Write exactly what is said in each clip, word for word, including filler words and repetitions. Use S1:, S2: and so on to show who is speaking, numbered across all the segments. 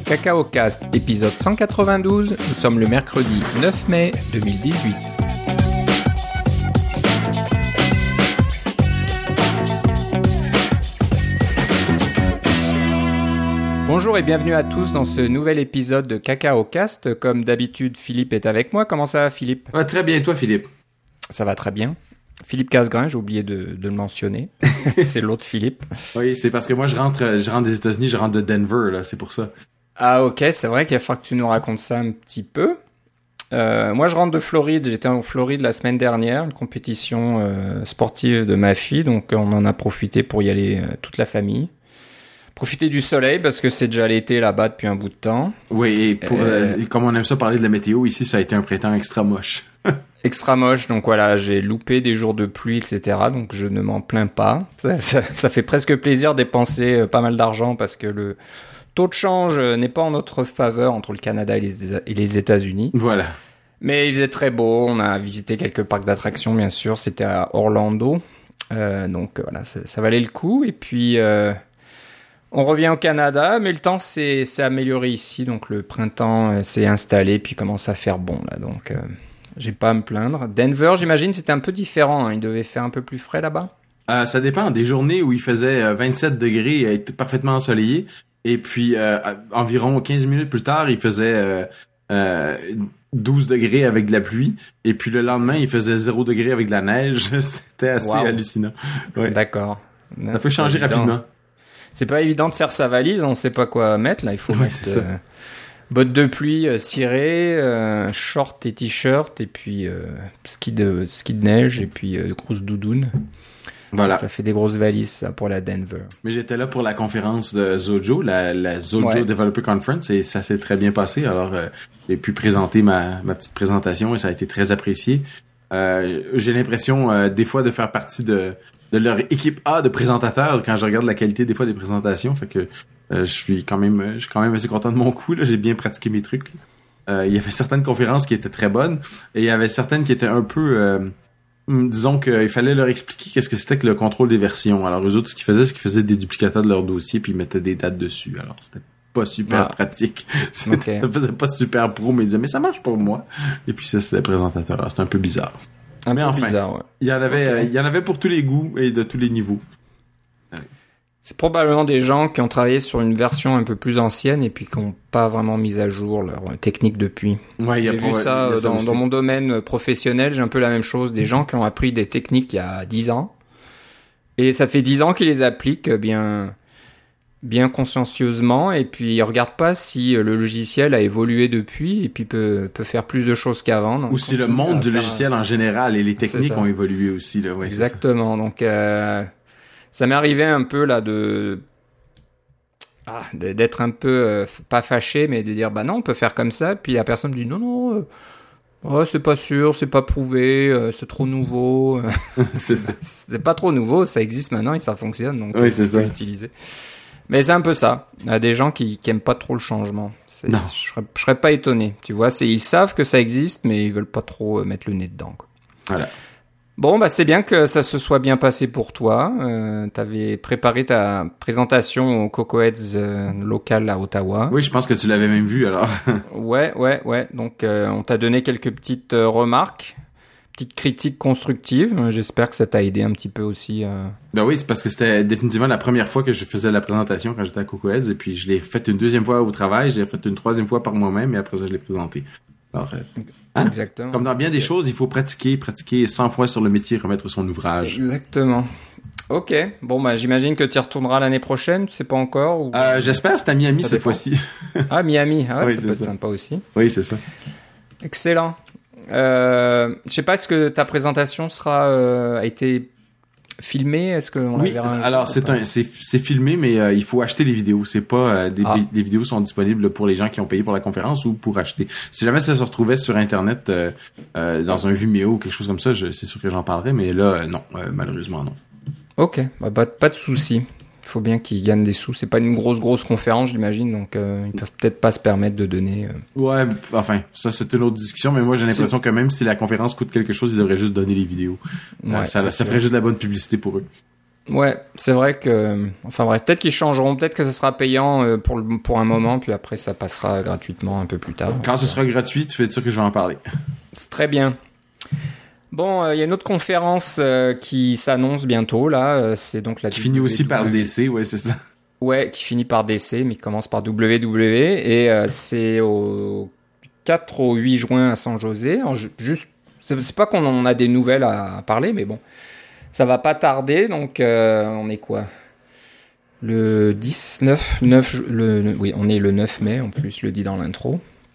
S1: CacaoCast, épisode cent quatre-vingt-douze. Nous sommes le mercredi neuf mai deux mille dix-huit. Bonjour et bienvenue à tous dans ce nouvel épisode de CacaoCast. Comme d'habitude, Philippe est avec moi. Comment ça va, Philippe ?
S2: Ouais, très bien, et toi, Philippe ?
S1: Ça va très bien. Philippe Casgrain, j'ai oublié de, de le mentionner. C'est l'autre Philippe.
S2: Oui, c'est parce que moi, je rentre, je rentre des États-Unis, je rentre de Denver, là, c'est pour ça.
S1: Ah, ok, c'est vrai qu'il va falloir que tu nous racontes ça un petit peu. Euh, moi, je rentre de Floride. J'étais en Floride la semaine dernière, une compétition euh, sportive de ma fille. Donc, on en a profité pour y aller euh, toute la famille. Profiter du soleil parce que c'est déjà l'été là-bas depuis un bout de temps.
S2: Oui, et pour, euh... Euh, comme on aime ça parler de la météo, ici, ça a été un printemps extra moche.
S1: Extra moche, donc voilà, j'ai loupé des jours de pluie, et cetera. Donc je ne m'en plains pas. Ça, ça, ça fait presque plaisir de dépenser pas mal d'argent parce que le taux de change n'est pas en notre faveur entre le Canada et les, et les États-Unis.
S2: Voilà.
S1: Mais il faisait très beau, on a visité quelques parcs d'attractions, bien sûr. C'était à Orlando, euh, donc voilà, ça, ça valait le coup. Et puis... Euh, On revient au Canada, mais le temps s'est, s'est amélioré ici, donc le printemps euh, s'est installé, puis commence à faire bon, là, donc euh, j'ai pas à me plaindre. Denver, j'imagine, c'était un peu différent, hein. Il devait faire un peu plus frais là-bas?
S2: Euh, ça dépend, des journées où il faisait euh, vingt-sept degrés, et était parfaitement ensoleillé, et puis euh, environ quinze minutes plus tard, il faisait euh, euh, douze degrés avec de la pluie, et puis le lendemain, il faisait zéro degré avec de la neige. C'était assez wow. hallucinant. Ouais.
S1: D'accord.
S2: Non, ça peut changer évident. rapidement.
S1: C'est pas évident de faire sa valise, on sait pas quoi mettre, là, il faut
S2: ouais,
S1: mettre euh, bottes de pluie euh, cirées, euh, shorts et t-shirts, et puis euh, ski, de, ski de neige, et puis euh, grosse doudoune.
S2: Voilà.
S1: Ça fait des grosses valises, ça, pour la Denver.
S2: Mais j'étais là pour la conférence de Zojo, la, la Zojo
S1: ouais.
S2: Developer Conference, et ça s'est très bien passé, alors euh, j'ai pu présenter ma, ma petite présentation, et ça a été très apprécié. Euh, j'ai l'impression, euh, des fois, de faire partie de... de leur équipe A de présentateurs quand je regarde la qualité des fois des présentations, fait que euh, je suis quand même je suis quand même assez content de mon coup là, j'ai bien pratiqué mes trucs. Euh, il y avait certaines conférences qui étaient très bonnes et il y avait certaines qui étaient un peu euh, disons qu'il fallait leur expliquer qu'est-ce que c'était que le contrôle des versions. Alors eux autres ce qu'ils faisaient c'est qu'ils faisaient des duplicata de leur dossier puis ils mettaient des dates dessus. Alors c'était pas super ah. pratique. Okay. Ça faisait pas super pro mais ils disaient mais ça marche pour moi. Et puis ça c'était le présentateur. Alors c'était un peu bizarre.
S1: Un
S2: mais
S1: peu
S2: enfin,
S1: bizarre, ouais.
S2: Il y en avait,
S1: okay.
S2: euh, il y en avait pour tous les goûts et de tous les niveaux.
S1: C'est probablement des gens qui ont travaillé sur une version un peu plus ancienne et puis qui n'ont pas vraiment mis à jour leur technique depuis.
S2: Ouais, il y a
S1: j'ai vu ça,
S2: il y a ça
S1: dans, dans mon domaine professionnel, j'ai un peu la même chose. Des gens qui ont appris des techniques il y a dix ans et ça fait dix ans qu'ils les appliquent bien... bien consciencieusement et puis ils regardent pas si le logiciel a évolué depuis et puis peut peut faire plus de choses qu'avant.
S2: Donc ou si le monde du logiciel en général et les techniques ont évolué aussi là. Ouais,
S1: exactement. Donc euh, ça m'est arrivé un peu là de ah, d'être un peu euh, pas fâché mais de dire bah non on peut faire comme ça puis la personne me dit non non. Euh... Oh, c'est pas sûr, c'est pas prouvé, euh, c'est trop nouveau.
S2: c'est, ça.
S1: C'est pas trop nouveau, ça existe maintenant et ça fonctionne donc
S2: oui, c'est ça.
S1: L'utiliser. Mais c'est un peu ça. Il y a des gens qui, qui aiment pas trop le changement. C'est,
S2: non.
S1: Je serais, je serais pas étonné. Tu vois, c'est, ils savent que ça existe, mais ils veulent pas trop mettre le nez dedans, quoi.
S2: Voilà.
S1: Bon, bah, c'est bien que ça se soit bien passé pour toi. Euh, t'avais préparé ta présentation au Cocoheads euh, local à Ottawa.
S2: Oui, je pense que tu l'avais même vu, alors.
S1: ouais, ouais, ouais. Donc, euh, on t'a donné quelques petites euh, remarques. Petite critique constructive. J'espère que ça t'a aidé un petit peu aussi. Euh...
S2: Ben oui, c'est parce que c'était définitivement la première fois que je faisais la présentation quand j'étais à Cocoheads et puis je l'ai faite une deuxième fois au travail, je l'ai faite une troisième fois par moi-même et après ça je l'ai présenté. Alors, euh, hein?
S1: Exactement.
S2: Comme dans bien des choses, il faut pratiquer, pratiquer cent fois sur le métier et remettre son ouvrage.
S1: Exactement. Ok. Bon, bah, j'imagine que tu y retourneras l'année prochaine, tu sais pas encore? Ou...
S2: Euh, j'espère, c'est à Miami ça cette dépend. fois-ci.
S1: Ah, Miami. Ah,
S2: oui,
S1: ça
S2: c'est
S1: peut
S2: ça.
S1: être sympa aussi.
S2: Oui, c'est ça.
S1: Excellent. Euh, je sais pas, est-ce que ta présentation sera euh, a été filmée? Est-ce qu'on
S2: oui,
S1: la verra un
S2: alors
S1: jour,
S2: c'est un, c'est, c'est filmé, mais euh, il faut acheter les vidéos. C'est pas euh, des,
S1: ah.
S2: des vidéos sont disponibles pour les gens qui ont payé pour la conférence ou pour acheter. Si jamais ça se retrouvait sur Internet euh, euh, dans un Vimeo ou quelque chose comme ça, je, c'est sûr que j'en parlerai, mais là, euh, non, euh, malheureusement non.
S1: Ok, bah, pas, pas de souci. Il faut bien qu'ils gagnent des sous. C'est pas une grosse, grosse conférence, j'imagine, donc euh, ils peuvent peut-être pas se permettre de donner... Euh...
S2: Ouais, enfin, ça c'est une autre discussion, mais moi j'ai l'impression c'est... que même si la conférence coûte quelque chose, ils devraient juste donner les vidéos. Ouais, euh, ça, ça ferait juste de la bonne publicité pour eux.
S1: Ouais, c'est vrai que... Enfin bref, peut-être qu'ils changeront, peut-être que ce sera payant euh, pour, le, pour un moment, puis après ça passera gratuitement un peu plus tard.
S2: Quand ce sera gratuit, tu fais sûr que je vais en parler.
S1: C'est très bien. Bon, il euh, y a une autre conférence euh, qui s'annonce bientôt, là. Euh, c'est donc la...
S2: Qui finit aussi par D C, ouais, c'est ça.
S1: Ouais, qui finit par D C, mais qui commence par W W E. Et euh, c'est au quatre au huit juin à San José. En, juste, c'est, c'est pas qu'on en a des nouvelles à, à parler, mais bon... Ça va pas tarder, donc euh, on est quoi? Le dix-neuf, neuf, le, le, oui, on est le neuf mai, en plus, je le dis dans l'intro.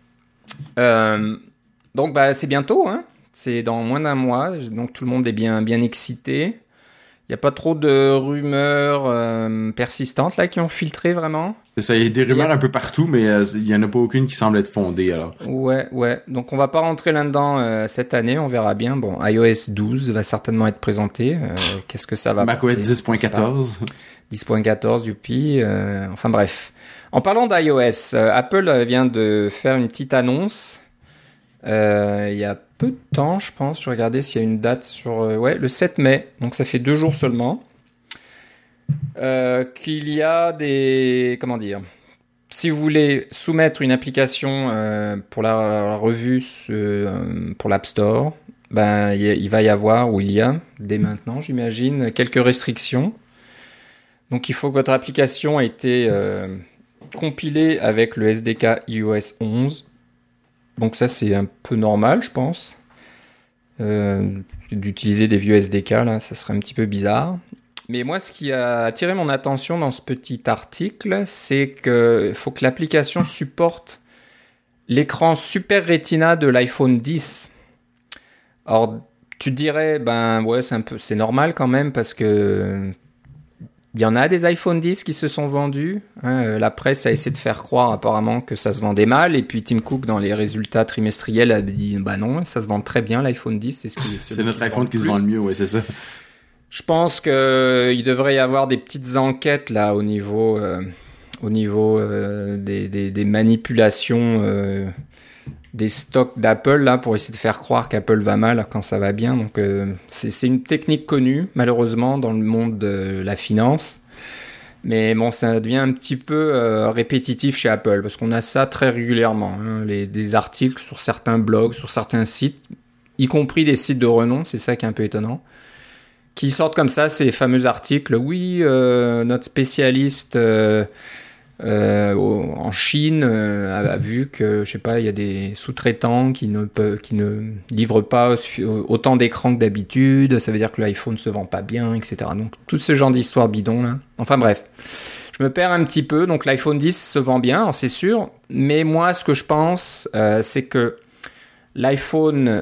S1: Euh, donc, bah, c'est bientôt, hein. C'est dans moins d'un mois, donc tout le monde est bien, bien excité. Il n'y a pas trop de rumeurs euh, persistantes, là, qui ont filtré, vraiment.
S2: C'est ça, il y a des rumeurs a... un peu partout, mais euh, il n'y en a pas aucune qui semble être fondée, alors.
S1: Ouais, ouais. Donc, on va pas rentrer là-dedans euh, cette année, on verra bien. Bon, iOS douze va certainement être présenté. Euh, qu'est-ce que ça va
S2: macOS dix point quatorze.
S1: dix point quatorze, youpi. Euh, enfin, bref. En parlant d'iOS, euh, Apple vient de faire une petite annonce. Euh, il y a peu de temps, je pense. Je regardais s'il y a une date sur... Euh, ouais, le sept mai. Donc, ça fait deux jours seulement. Euh, qu'il y a des... Comment dire? Si vous voulez soumettre une application euh, pour la, la revue euh, pour l'App Store, ben, il, il va y avoir, ou il y a, dès maintenant, j'imagine, quelques restrictions. Donc, il faut que votre application ait été euh, compilée avec le S D K i O S onze. Donc, ça, c'est un peu normal, je pense. Euh, d'utiliser des vieux S D K, là, ça serait un petit peu bizarre. Mais moi, ce qui a attiré mon attention dans ce petit article, c'est qu'il faut que l'application supporte l'écran Super Retina de l'iPhone dix. Alors, tu te dirais, ben ouais, c'est un peu, c'est normal quand même parce que il y en a des iPhone dix qui se sont vendus. Hein, la presse a essayé de faire croire apparemment que ça se vendait mal, et puis Tim Cook dans les résultats trimestriels a dit, bah non, ça se vend très bien l'iPhone dix. C'est, ce qui,
S2: c'est notre iPhone qui se vend le mieux, ouais, c'est ça.
S1: Je pense qu'il devrait y avoir des petites enquêtes là au niveau, euh, au niveau euh, des, des, des manipulations euh, des stocks d'Apple là pour essayer de faire croire qu'Apple va mal quand ça va bien. Donc euh, c'est, c'est une technique connue malheureusement dans le monde de la finance. Mais bon, ça devient un petit peu euh, répétitif chez Apple parce qu'on a ça très régulièrement. Hein, les, des articles sur certains blogs, sur certains sites, y compris des sites de renom, c'est ça qui est un peu étonnant, qui sortent comme ça ces fameux articles. Oui, euh, notre spécialiste euh, euh, en Chine euh, a, a vu que, je sais pas, il y a des sous-traitants qui ne peuvent, qui ne livrent pas autant d'écrans que d'habitude. Ça veut dire que l'iPhone se vend pas bien, et cetera. Donc tout ce genre d'histoires bidons là. Enfin bref, je me perds un petit peu. Donc l'iPhone dix se vend bien, c'est sûr. Mais moi, ce que je pense, euh, c'est que l'iPhone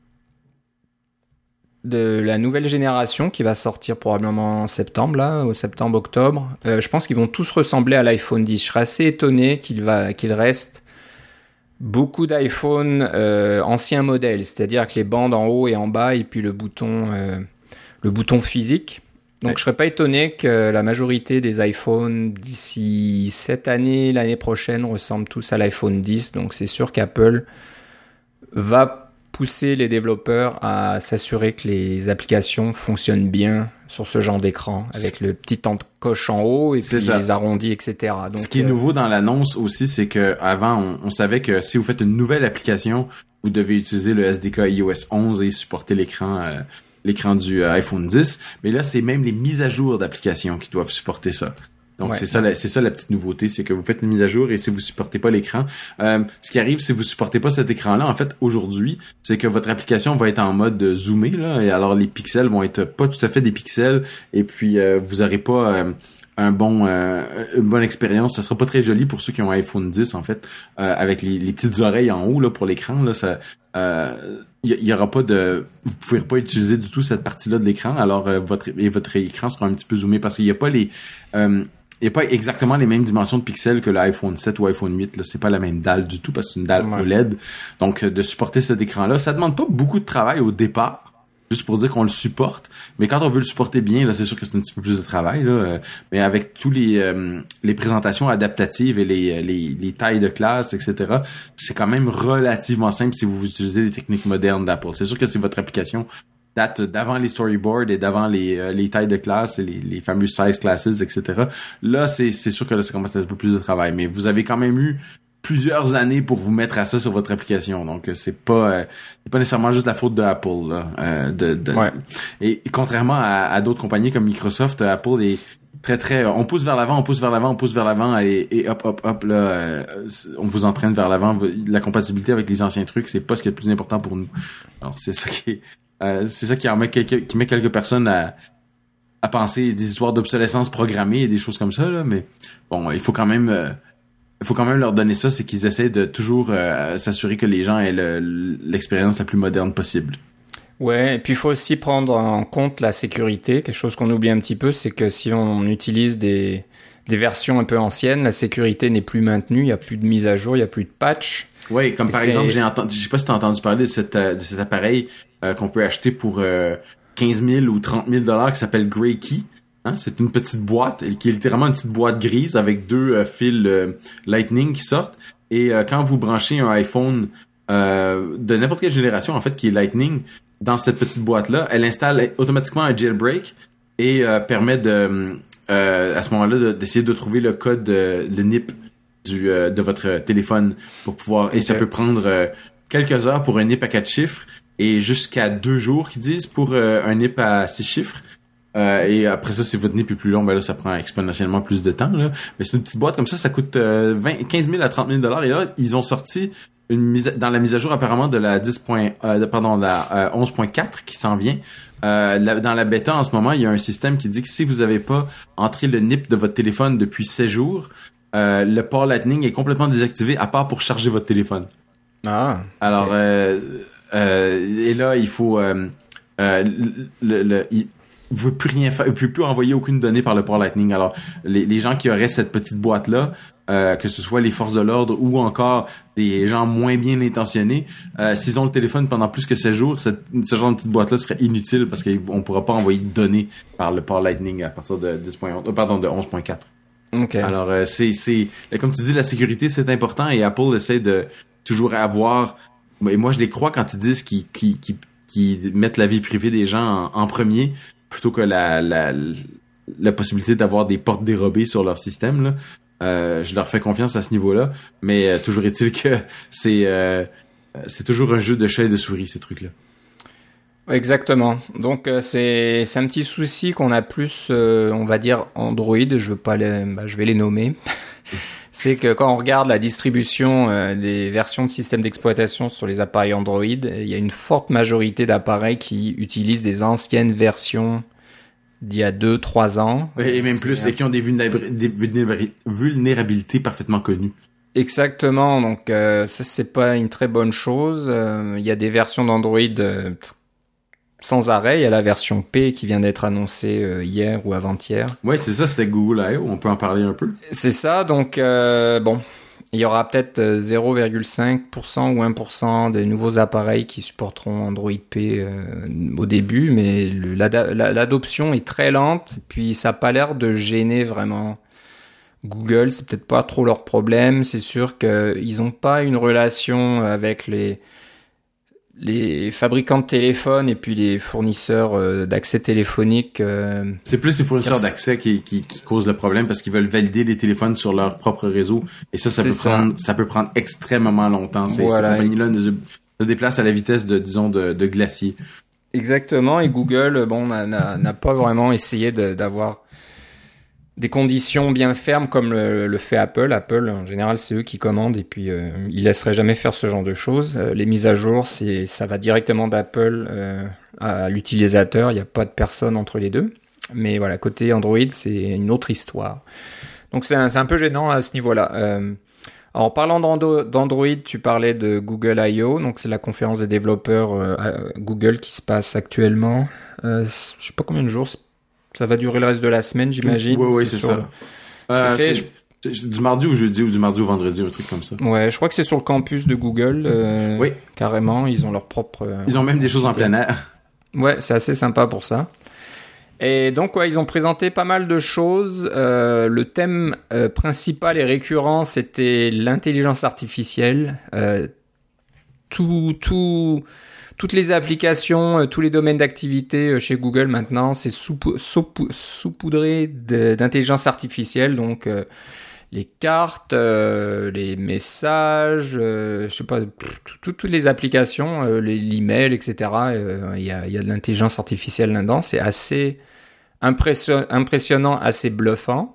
S1: de la nouvelle génération qui va sortir probablement en septembre, là, au septembre-octobre, euh, je pense qu'ils vont tous ressembler à l'iPhone dix. Je serais assez étonné qu'il, va, qu'il reste beaucoup d'iPhone euh, anciens modèles, c'est-à-dire avec les bandes en haut et en bas et puis le bouton, euh, le bouton physique. Donc ouais. Je serais pas étonné que la majorité des iPhones d'ici cette année, l'année prochaine, ressemblent tous à l'iPhone dix. Donc c'est sûr qu'Apple va pousser les développeurs à s'assurer que les applications fonctionnent bien sur ce genre d'écran, avec le petit encoche en haut et c'est puis ça. Les arrondis, et cetera. Donc,
S2: ce qui est euh... nouveau dans l'annonce aussi, c'est que avant, on, on savait que si vous faites une nouvelle application, vous devez utiliser le S D K i O S onze et supporter l'écran euh, l'écran du euh, iPhone dix. Mais là, c'est même les mises à jour d'applications qui doivent supporter ça. Donc, ouais. c'est ça, la, c'est ça la petite nouveauté, c'est que vous faites une mise à jour et si vous supportez pas l'écran, euh, ce qui arrive si vous supportez pas cet écran-là, en fait, aujourd'hui, c'est que votre application va être en mode zoomé, là, et alors les pixels vont être pas tout à fait des pixels, et puis euh, vous aurez pas euh, un bon, euh, une bonne expérience. Ça sera pas très joli pour ceux qui ont un iPhone dix, en fait, euh, avec les, les petites oreilles en haut, là, pour l'écran, là, ça, euh, il y, y aura pas de, vous pouvez pas utiliser du tout cette partie-là de l'écran, alors euh, votre, et votre écran sera un petit peu zoomé parce qu'il y a pas les, euh, il n'y a pas exactement les mêmes dimensions de pixels que l'iPhone sept ou iPhone huit. Là, c'est pas la même dalle du tout parce que c'est une dalle ouais. O L E D. Donc, de supporter cet écran-là, ça demande pas beaucoup de travail au départ, juste pour dire qu'on le supporte. Mais quand on veut le supporter bien, là, c'est sûr que c'est un petit peu plus de travail. Là. Mais avec tous les euh, les présentations adaptatives et les, les les tailles de classe, et cetera, c'est quand même relativement simple si vous utilisez les techniques modernes d'Apple. C'est sûr que si votre application date d'avant les storyboards et d'avant les, euh, les tailles de classe et les, les fameux size classes, et cetera. Là, c'est, c'est sûr que là, ça commence à être un peu plus de travail. Mais vous avez quand même eu plusieurs années pour vous mettre à ça sur votre application. Donc, c'est pas euh, c'est pas nécessairement juste la faute de Apple. Là, euh, de, de...
S1: Ouais.
S2: Et, et contrairement à, à d'autres compagnies comme Microsoft, Apple est très, très... On pousse vers l'avant, on pousse vers l'avant, on pousse vers l'avant et, et hop, hop, hop, là, euh, on vous entraîne vers l'avant. La compatibilité avec les anciens trucs, c'est pas ce qui est le plus important pour nous. Alors, c'est ça qui est... Euh, c'est ça qui en met quelques, qui met quelques personnes à, à penser des histoires d'obsolescence programmée et des choses comme ça, là. Mais bon, il faut quand même... Euh, il faut quand même leur donner ça, c'est qu'ils essaient de toujours euh, s'assurer que les gens aient le, l'expérience la plus moderne possible.
S1: Ouais, et puis il faut aussi prendre en compte la sécurité. Quelque chose qu'on oublie un petit peu, c'est que si on utilise des, des versions un peu anciennes, la sécurité n'est plus maintenue, il n'y a plus de mise à jour, il n'y a plus de patch.
S2: Oui, comme
S1: et
S2: par
S1: c'est...
S2: exemple, j'ai entendu, je sais pas si t'as entendu parler de, cette, de cet appareil euh, qu'on peut acheter pour euh, quinze mille ou trente mille dollars qui s'appelle Grey Key. Hein, c'est une petite boîte qui est littéralement une petite boîte grise avec deux euh, fils euh, Lightning qui sortent. Et euh, quand vous branchez un iPhone euh, de n'importe quelle génération en fait qui est Lightning dans cette petite boîte là, elle installe automatiquement un jailbreak et euh, permet de euh, à ce moment-là de, d'essayer de trouver le code euh, le N I P du euh, de votre téléphone pour pouvoir okay. Et ça peut prendre euh, quelques heures pour un N I P à quatre chiffres et jusqu'à deux jours qu'ils disent pour euh, un N I P à six chiffres. Euh, et après ça, si votre N I P est plus long, ben là, ça prend exponentiellement plus de temps, là. Mais c'est une petite boîte comme ça, ça coûte euh, vingt, quinze mille à trente mille dollars. Et là, ils ont sorti une mise, dans la mise à jour apparemment de la dix. Euh, pardon, la euh, onze point quatre qui s'en vient. Euh, la, dans la bêta en ce moment, il y a un système qui dit que si vous avez pas entré le N I P de votre téléphone depuis sept jours, euh, le port Lightning est complètement désactivé à part pour charger votre téléphone.
S1: Ah.
S2: Alors,
S1: okay.
S2: euh, euh, et là, il faut euh, euh, le, le il, vous pouvez plus rien faire, vous pouvez plus envoyer aucune donnée par le port Lightning. Alors, les, les gens qui auraient cette petite boîte-là, euh, que ce soit les forces de l'ordre ou encore des gens moins bien intentionnés, euh, s'ils ont le téléphone pendant plus que sept jours, cette, ce genre de petite boîte-là serait inutile parce qu'on pourra pas envoyer de données par le port Lightning à partir de dix point onze, euh, pardon, de onze point quatre.
S1: Okay.
S2: Alors, euh, c'est, c'est, comme tu dis, la sécurité, c'est important et Apple essaie de toujours avoir, et moi, je les crois quand ils disent qu'ils, qu'ils, qu'ils, qu'ils mettent la vie privée des gens en, en premier, plutôt que la, la, la possibilité d'avoir des portes dérobées sur leur système, là. Euh, je leur fais confiance à ce niveau-là, mais euh, toujours est-il que c'est euh, c'est toujours un jeu de chat et de souris, ces trucs-là.
S1: Exactement. Donc euh, c'est c'est un petit souci qu'on a plus, euh, on va dire Android. Je veux pas les, bah, je vais les nommer. C'est que quand on regarde la distribution euh, des versions de système d'exploitation sur les appareils Android, il y a une forte majorité d'appareils qui utilisent des anciennes versions d'il y a deux trois ans.
S2: Et même plus, un... et qui ont des, vulnéra- des vulnéra- vulnérabilités parfaitement connues.
S1: Exactement, donc euh, ça c'est pas une très bonne chose. Euh, il y a des versions d'Android euh, sans arrêt. Il y a la version P qui vient d'être annoncée euh, hier ou avant-hier.
S2: Ouais, c'est ça, c'était Google I O, on peut en parler un peu.
S1: C'est ça, donc euh, bon, il y aura peut-être zéro virgule cinq pour cent ou un pour cent des nouveaux appareils qui supporteront Android P euh, au début, mais le, l'ada- l'adoption est très lente, puis ça n'a pas l'air de gêner vraiment Google, c'est peut-être pas trop leur problème. C'est sûr qu'ils n'ont pas une relation avec les les fabricants de téléphones et puis les fournisseurs euh, d'accès téléphonique. Euh,
S2: c'est plus les fournisseurs car... d'accès qui, qui, qui causent le problème parce qu'ils veulent valider les téléphones sur leur propre réseau. Et ça, ça, peut, ça. Prendre, ça peut prendre extrêmement longtemps. Ces, voilà. ces compagnies-là ne, se déplacent à la vitesse de, disons, de, de glacier.
S1: Exactement. Et Google, bon, n'a, n'a, n'a pas vraiment essayé de, d'avoir des conditions bien fermes comme le, le fait Apple. Apple, en général, c'est eux qui commandent et puis euh, ils laisseraient jamais faire ce genre de choses. Euh, les mises à jour, c'est, ça va directement d'Apple euh, à l'utilisateur. Il n'y a pas de personne entre les deux. Mais voilà, côté Android, c'est une autre histoire. Donc c'est un, c'est un peu gênant à ce niveau-là. Euh, en parlant d'Ando- d'Android, tu parlais de Google I O. Donc c'est la conférence des développeurs euh, à Google qui se passe actuellement. Euh, je sais pas combien de jours. C'est Ça va durer le reste de la semaine, j'imagine.
S2: Oui, oui, c'est, c'est ça.
S1: C'est
S2: euh,
S1: fait,
S2: c'est, c'est du mardi au jeudi ou du mardi au vendredi, un truc comme ça.
S1: Ouais, je crois que c'est sur le campus de Google. Euh,
S2: oui.
S1: Carrément, ils ont leur propre... Euh,
S2: ils ont même des choses en plein air.
S1: Ouais, c'est assez sympa pour ça. Et donc, ouais, ils ont présenté pas mal de choses. Euh, le thème euh, principal et récurrent, c'était l'intelligence artificielle. Euh, tout... tout toutes les applications, euh, tous les domaines d'activité euh, chez Google maintenant, c'est sous- sous- saupoudré de- d'intelligence artificielle. Donc, euh, les cartes, euh, les messages, euh, je sais pas, toutes les applications, euh, les, l'email, et cetera. Il euh, y, a, y a de l'intelligence artificielle là-dedans. C'est assez impression- impressionnant, assez bluffant.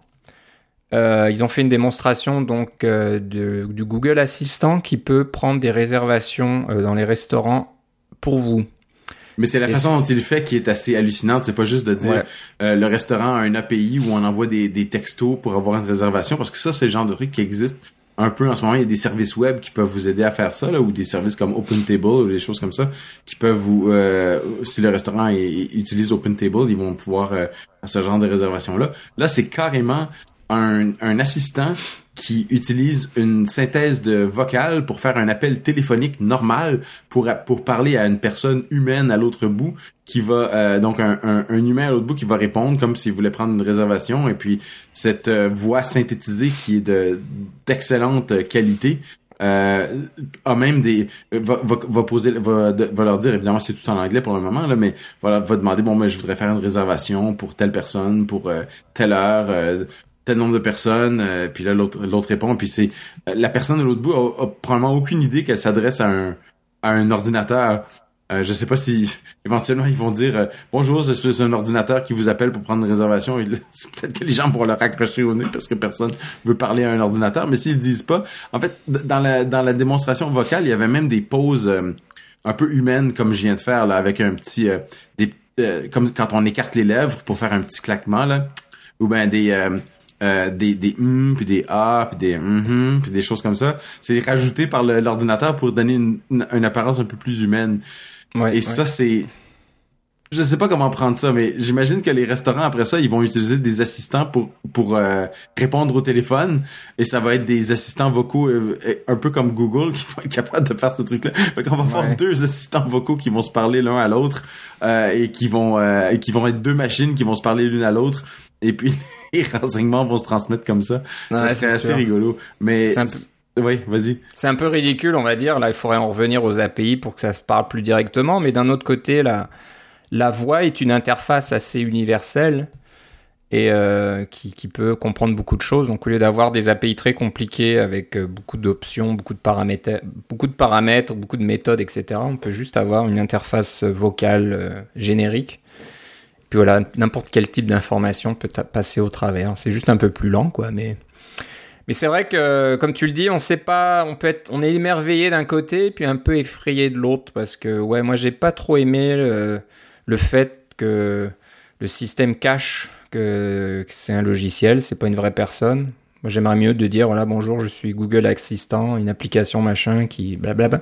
S1: Euh, ils ont fait une démonstration donc euh, de, du Google Assistant qui peut prendre des réservations euh, dans les restaurants pour vous.
S2: Mais c'est la
S1: Et
S2: façon
S1: c'est...
S2: dont il le fait qui est assez hallucinante. C'est pas juste de dire
S1: Ouais.
S2: euh, le restaurant a un A P I où on envoie des, des textos pour avoir une réservation, parce que ça, c'est le genre de truc qui existe un peu en ce moment. Il y a des services web qui peuvent vous aider à faire ça, là, ou des services comme OpenTable ou des choses comme ça qui peuvent vous... Euh, si le restaurant est, est, utilise OpenTable, ils vont pouvoir euh, faire ce genre de réservation-là. Là, c'est carrément un, un assistant qui utilise une synthèse de vocale pour faire un appel téléphonique normal pour pour parler à une personne humaine à l'autre bout, qui va euh, donc un, un, un humain à l'autre bout qui va répondre comme s'il voulait prendre une réservation, et puis cette euh, voix synthétisée qui est de d'excellente qualité euh, a même des va, va, va poser va, va leur dire, évidemment c'est tout en anglais pour le moment là, mais voilà, va demander bon ben je voudrais faire une réservation pour telle personne pour euh, telle heure, euh, tel nombre de personnes, euh, puis là l'autre l'autre répond, puis c'est euh, la personne de l'autre bout a, a probablement aucune idée qu'elle s'adresse à un à un ordinateur. Euh, je sais pas si éventuellement ils vont dire euh, bonjour, c'est un ordinateur qui vous appelle pour prendre une réservation, et là, c'est peut-être que les gens vont leur accrocher au nez parce que personne veut parler à un ordinateur, mais s'ils disent pas, en fait dans la dans la démonstration vocale, il y avait même des pauses euh, un peu humaines comme je viens de faire là, avec un petit euh, des euh, comme quand on écarte les lèvres pour faire un petit claquement là, ou ben des euh, Euh, des des hum puis des ah puis des hum puis des choses comme ça, c'est rajouté par le, l'ordinateur pour donner une, une, une apparence un peu plus humaine. Ouais, et ouais. Ça c'est, je sais pas comment prendre ça, mais j'imagine que les restaurants après ça ils vont utiliser des assistants pour pour euh, répondre au téléphone, et ça va être des assistants vocaux euh, un peu comme Google qui vont être capables de faire ce truc là. Fait qu'on va ouais. faire deux assistants vocaux qui vont se parler l'un à l'autre euh, et qui vont euh, et qui vont être deux machines qui vont se parler l'une à l'autre. Et puis, les renseignements vont se transmettre comme ça. Ouais, ça serait assez sûr. rigolo. Mais, c'est un peu... oui, vas-y.
S1: C'est un peu ridicule, on va dire. Là, il faudrait en revenir aux A P I pour que ça se parle plus directement. Mais d'un autre côté, la, la voix est une interface assez universelle et euh, qui, qui peut comprendre beaucoup de choses. Donc, au lieu d'avoir des A P I très compliqués avec beaucoup d'options, beaucoup de paramètres, beaucoup de paramètres, beaucoup de méthodes, et cetera, on peut juste avoir une interface vocale euh, générique. Puis voilà, n'importe quel type d'information peut passer au travers. C'est juste un peu plus lent, quoi. Mais, mais c'est vrai que, comme tu le dis, on sait pas, on peut être, on est émerveillé d'un côté, puis un peu effrayé de l'autre, parce que, ouais, moi, j'ai pas trop aimé le, le fait que le système cache que, que c'est un logiciel, c'est pas une vraie personne. Moi, j'aimerais mieux de dire, voilà, bonjour, je suis Google Assistant, une application machin qui blablabla.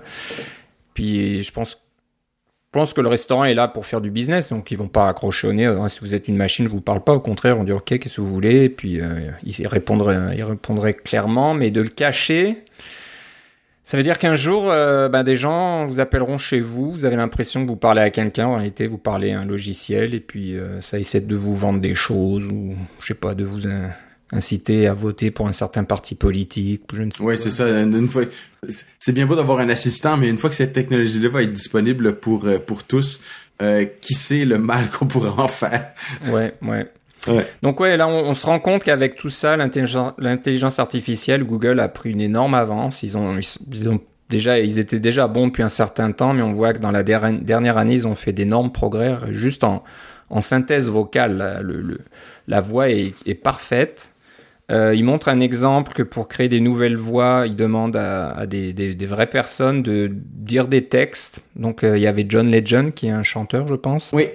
S1: Puis, je pense que Je pense que le restaurant est là pour faire du business, donc ils vont pas accrocher au nez. Si vous êtes une machine, je vous parle pas. Au contraire, on dit ok, qu'est-ce que vous voulez, et puis euh, ils répondraient, ils répondraient clairement. Mais de le cacher, ça veut dire qu'un jour, euh, ben, des gens vous appelleront chez vous. Vous avez l'impression que vous parlez à quelqu'un. En réalité, vous parlez à un logiciel, et puis euh, ça essaie de vous vendre des choses, ou je sais pas, de vous euh, inciter à voter pour un certain parti politique. Je ne sais
S2: oui,
S1: pas.
S2: C'est ça. Une fois, c'est bien beau d'avoir un assistant, mais une fois que cette technologie-là va être disponible pour pour tous, euh, qui sait le mal qu'on pourrait en faire.
S1: Ouais, ouais.
S2: Ouais.
S1: Donc ouais, là on, on se rend compte qu'avec tout ça, l'intelligence, l'intelligence artificielle, Google a pris une énorme avance. Ils ont, ils, ils ont déjà, ils étaient déjà bons depuis un certain temps, mais on voit que dans la der- dernière année, ils ont fait d'énormes progrès. Juste en, en synthèse vocale, la, le, le, la voix est, est parfaite. Euh, il montre un exemple que pour créer des nouvelles voix, il demande à, à des, des, des vraies personnes de dire des textes. Donc euh, il y avait John Legend qui est un chanteur, je pense.
S2: Oui.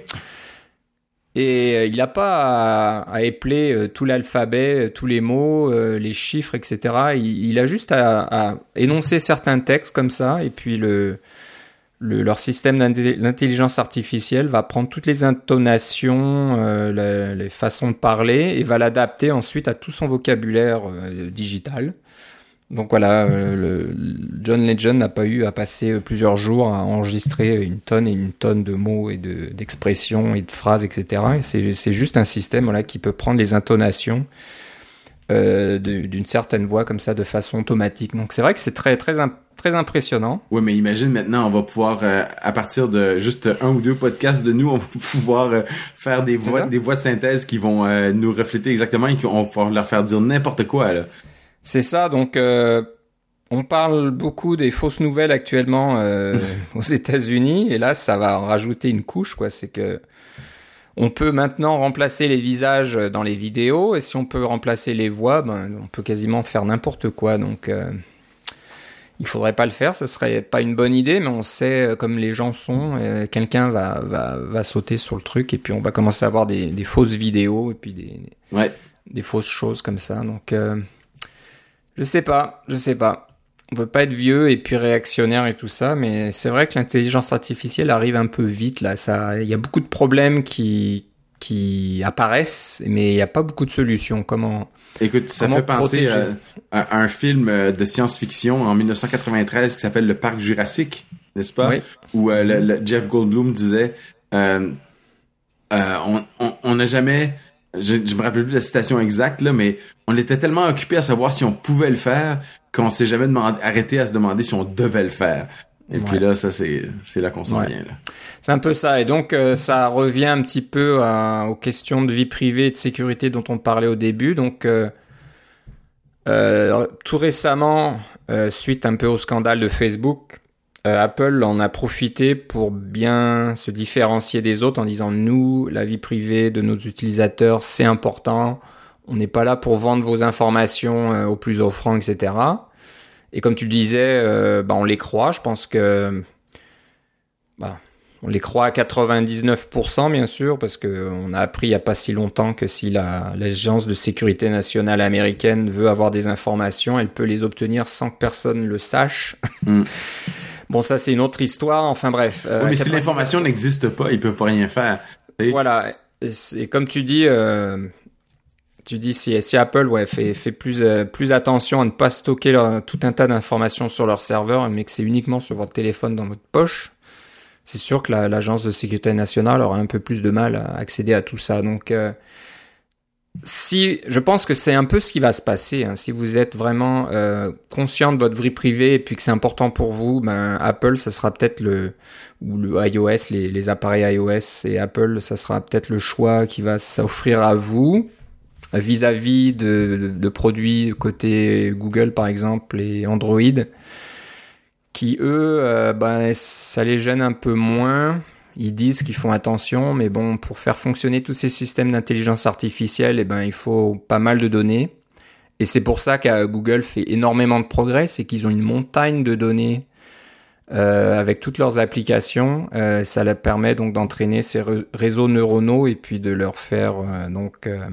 S1: Et euh, il n'a pas à, à épeler euh, tout l'alphabet, euh, tous les mots, euh, les chiffres, et cetera. Il, il a juste à, à énoncer certains textes comme ça, et puis le, le leur système d'intelligence artificielle va prendre toutes les intonations, euh, la, les façons de parler, et va l'adapter ensuite à tout son vocabulaire euh, digital. Donc voilà, euh, le, John Legend n'a pas eu à passer plusieurs jours à enregistrer une tonne et une tonne de mots et de, d'expressions et de phrases, et cetera. Et c'est, c'est juste un système voilà, qui peut prendre les intonations euh, de, d'une certaine voix comme ça de façon automatique. Donc c'est vrai que c'est très très imp- très impressionnant.
S2: Oui, mais imagine maintenant, on va pouvoir, euh, à partir de juste un ou deux podcasts de nous, on va pouvoir euh, faire des voix, des voix de synthèse qui vont euh, nous refléter exactement et qu'on va pouvoir leur faire dire n'importe quoi, là.
S1: C'est ça, donc euh, on parle beaucoup des fausses nouvelles actuellement euh, aux États-Unis, et là ça va en rajouter une couche, quoi. C'est que on peut maintenant remplacer les visages dans les vidéos, et si on peut remplacer les voix, ben on peut quasiment faire n'importe quoi. Donc euh, il faudrait pas le faire, ce serait pas une bonne idée, mais on sait comme les gens sont, euh, quelqu'un va, va, va sauter sur le truc, et puis on va commencer à avoir des, des fausses vidéos, et puis des,
S2: ouais.
S1: des fausses choses comme ça. Donc, euh, je sais pas, je sais pas. On veut pas être vieux et puis réactionnaire et tout ça, mais c'est vrai que l'intelligence artificielle arrive un peu vite, là. Ça, il y a beaucoup de problèmes qui, qui apparaissent, mais il n'y a pas beaucoup de solutions. Comment...
S2: Écoute, ça
S1: Comment
S2: fait penser
S1: protéger?
S2: à, à un film de science-fiction en dix-neuf cent quatre-vingt-treize qui s'appelle Le Parc Jurassique, n'est-ce pas?
S1: Oui.
S2: Où euh, le, le Jeff Goldblum disait euh, euh, on on on n'a jamais, je, je me rappelle plus de la citation exacte là, mais on était tellement occupé à savoir si on pouvait le faire qu'on s'est jamais demandé, arrêté à se demander si on devait le faire. Et ouais. Puis là, ça c'est c'est là qu'on s'en
S1: ouais.
S2: vient là.
S1: C'est un peu ça, et donc euh, ça revient un petit peu à, aux questions de vie privée et de sécurité dont on parlait au début. Donc euh, euh, tout récemment, euh, suite un peu au scandale de Facebook, euh, Apple en a profité pour bien se différencier des autres en disant nous, la vie privée de nos utilisateurs, c'est important. On n'est pas là pour vendre vos informations euh, au plus offrant, et cetera. Et comme tu le disais, euh, bah, on les croit. Je pense que bah, on les croit à quatre-vingt-dix-neuf pour cent, bien sûr, parce qu'on a appris il n'y a pas si longtemps que si la, l'Agence de sécurité nationale américaine veut avoir des informations, elle peut les obtenir sans que personne le sache. Mm. Bon, ça, c'est une autre histoire. Enfin, bref.
S2: Euh, oui, mais si l'information n'existe pas, ils peuvent pas rien faire.
S1: Et... Voilà. Et, et comme tu dis... Euh... Tu dis si, si Apple ouais, fait, fait plus, euh, plus attention à ne pas stocker leur, tout un tas d'informations sur leur serveur, mais que c'est uniquement sur votre téléphone dans votre poche, c'est sûr que la, l'Agence de sécurité nationale aura un peu plus de mal à accéder à tout ça. Donc, euh, si, je pense que c'est un peu ce qui va se passer. Hein. Si vous êtes vraiment euh, conscient de votre vie privée et puis que c'est important pour vous, ben, Apple, ça sera peut-être le... ou le iOS, les, les appareils iOS et Apple, ça sera peut-être le choix qui va s'offrir à vous. Vis-à-vis de, de, de produits côté Google par exemple et Android qui eux euh, ben, ça les gêne un peu moins. Ils disent qu'ils font attention, mais bon, pour faire fonctionner tous ces systèmes d'intelligence artificielle, eh ben, il faut pas mal de données, et c'est pour ça que Google fait énormément de progrès. C'est qu'ils ont une montagne de données euh, avec toutes leurs applications. Euh, ça leur permet donc d'entraîner ces re- réseaux neuronaux et puis de leur faire euh, donc euh,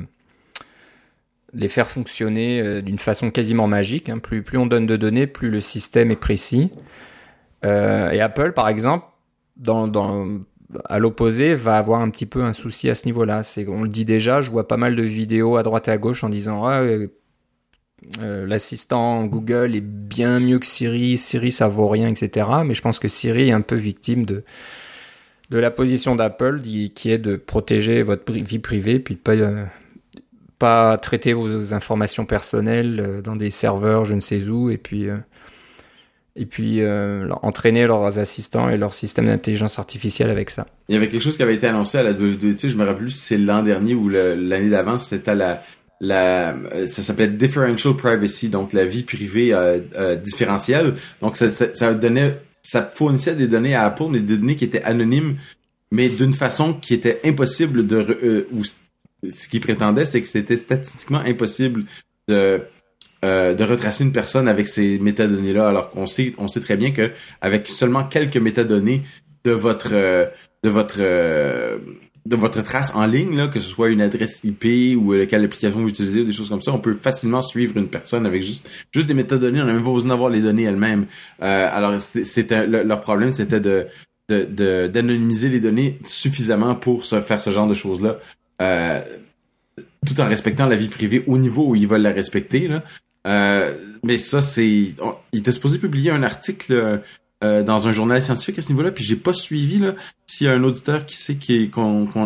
S1: les faire fonctionner euh, d'une façon quasiment magique. Hein. Plus, plus on donne de données, plus le système est précis. Euh, et Apple, par exemple, dans, dans, à l'opposé, va avoir un petit peu un souci à ce niveau-là. C'est, on le dit déjà, je vois pas mal de vidéos à droite et à gauche en disant ah, euh, euh, l'assistant Google est bien mieux que Siri, Siri ça vaut rien, et cetera. Mais je pense que Siri est un peu victime de, de la position d'Apple qui est de protéger votre vie privée puis de pas... Euh, pas traiter vos informations personnelles dans des serveurs je ne sais où, et puis, euh, et puis euh, entraîner leurs assistants et leur système d'intelligence artificielle avec ça.
S2: Il y avait quelque chose qui avait été annoncé à la W W D C, je me rappelle plus si c'est l'an dernier ou le, l'année d'avant, c'était la, la, ça s'appelait Differential Privacy, donc la vie privée euh, euh, différentielle. Donc ça, ça, ça donnait, ça fournissait des données à Apple, mais des données qui étaient anonymes, mais d'une façon qui était impossible de... Euh, ou, ce qu'il prétendait, c'est que c'était statistiquement impossible de euh, de retracer une personne avec ces métadonnées-là, alors qu'on sait on sait très bien que avec seulement quelques métadonnées de votre euh, de votre euh, de votre trace en ligne, là, que ce soit une adresse I P ou quelle application vous utilisez ou des choses comme ça, on peut facilement suivre une personne avec juste juste des métadonnées. On n'a même pas besoin d'avoir les données elles-mêmes. Euh, alors c'était le, leur problème, c'était de de, de d'anonymiser les données suffisamment pour se faire ce genre de choses-là. Euh, tout en respectant la vie privée au niveau où ils veulent la respecter, là. Euh, mais ça, c'est... On, il était supposé publier un article euh, dans un journal scientifique à ce niveau-là, puis j'ai pas suivi, là, s'il y a un auditeur qui sait qui est, qu'on, qu'on,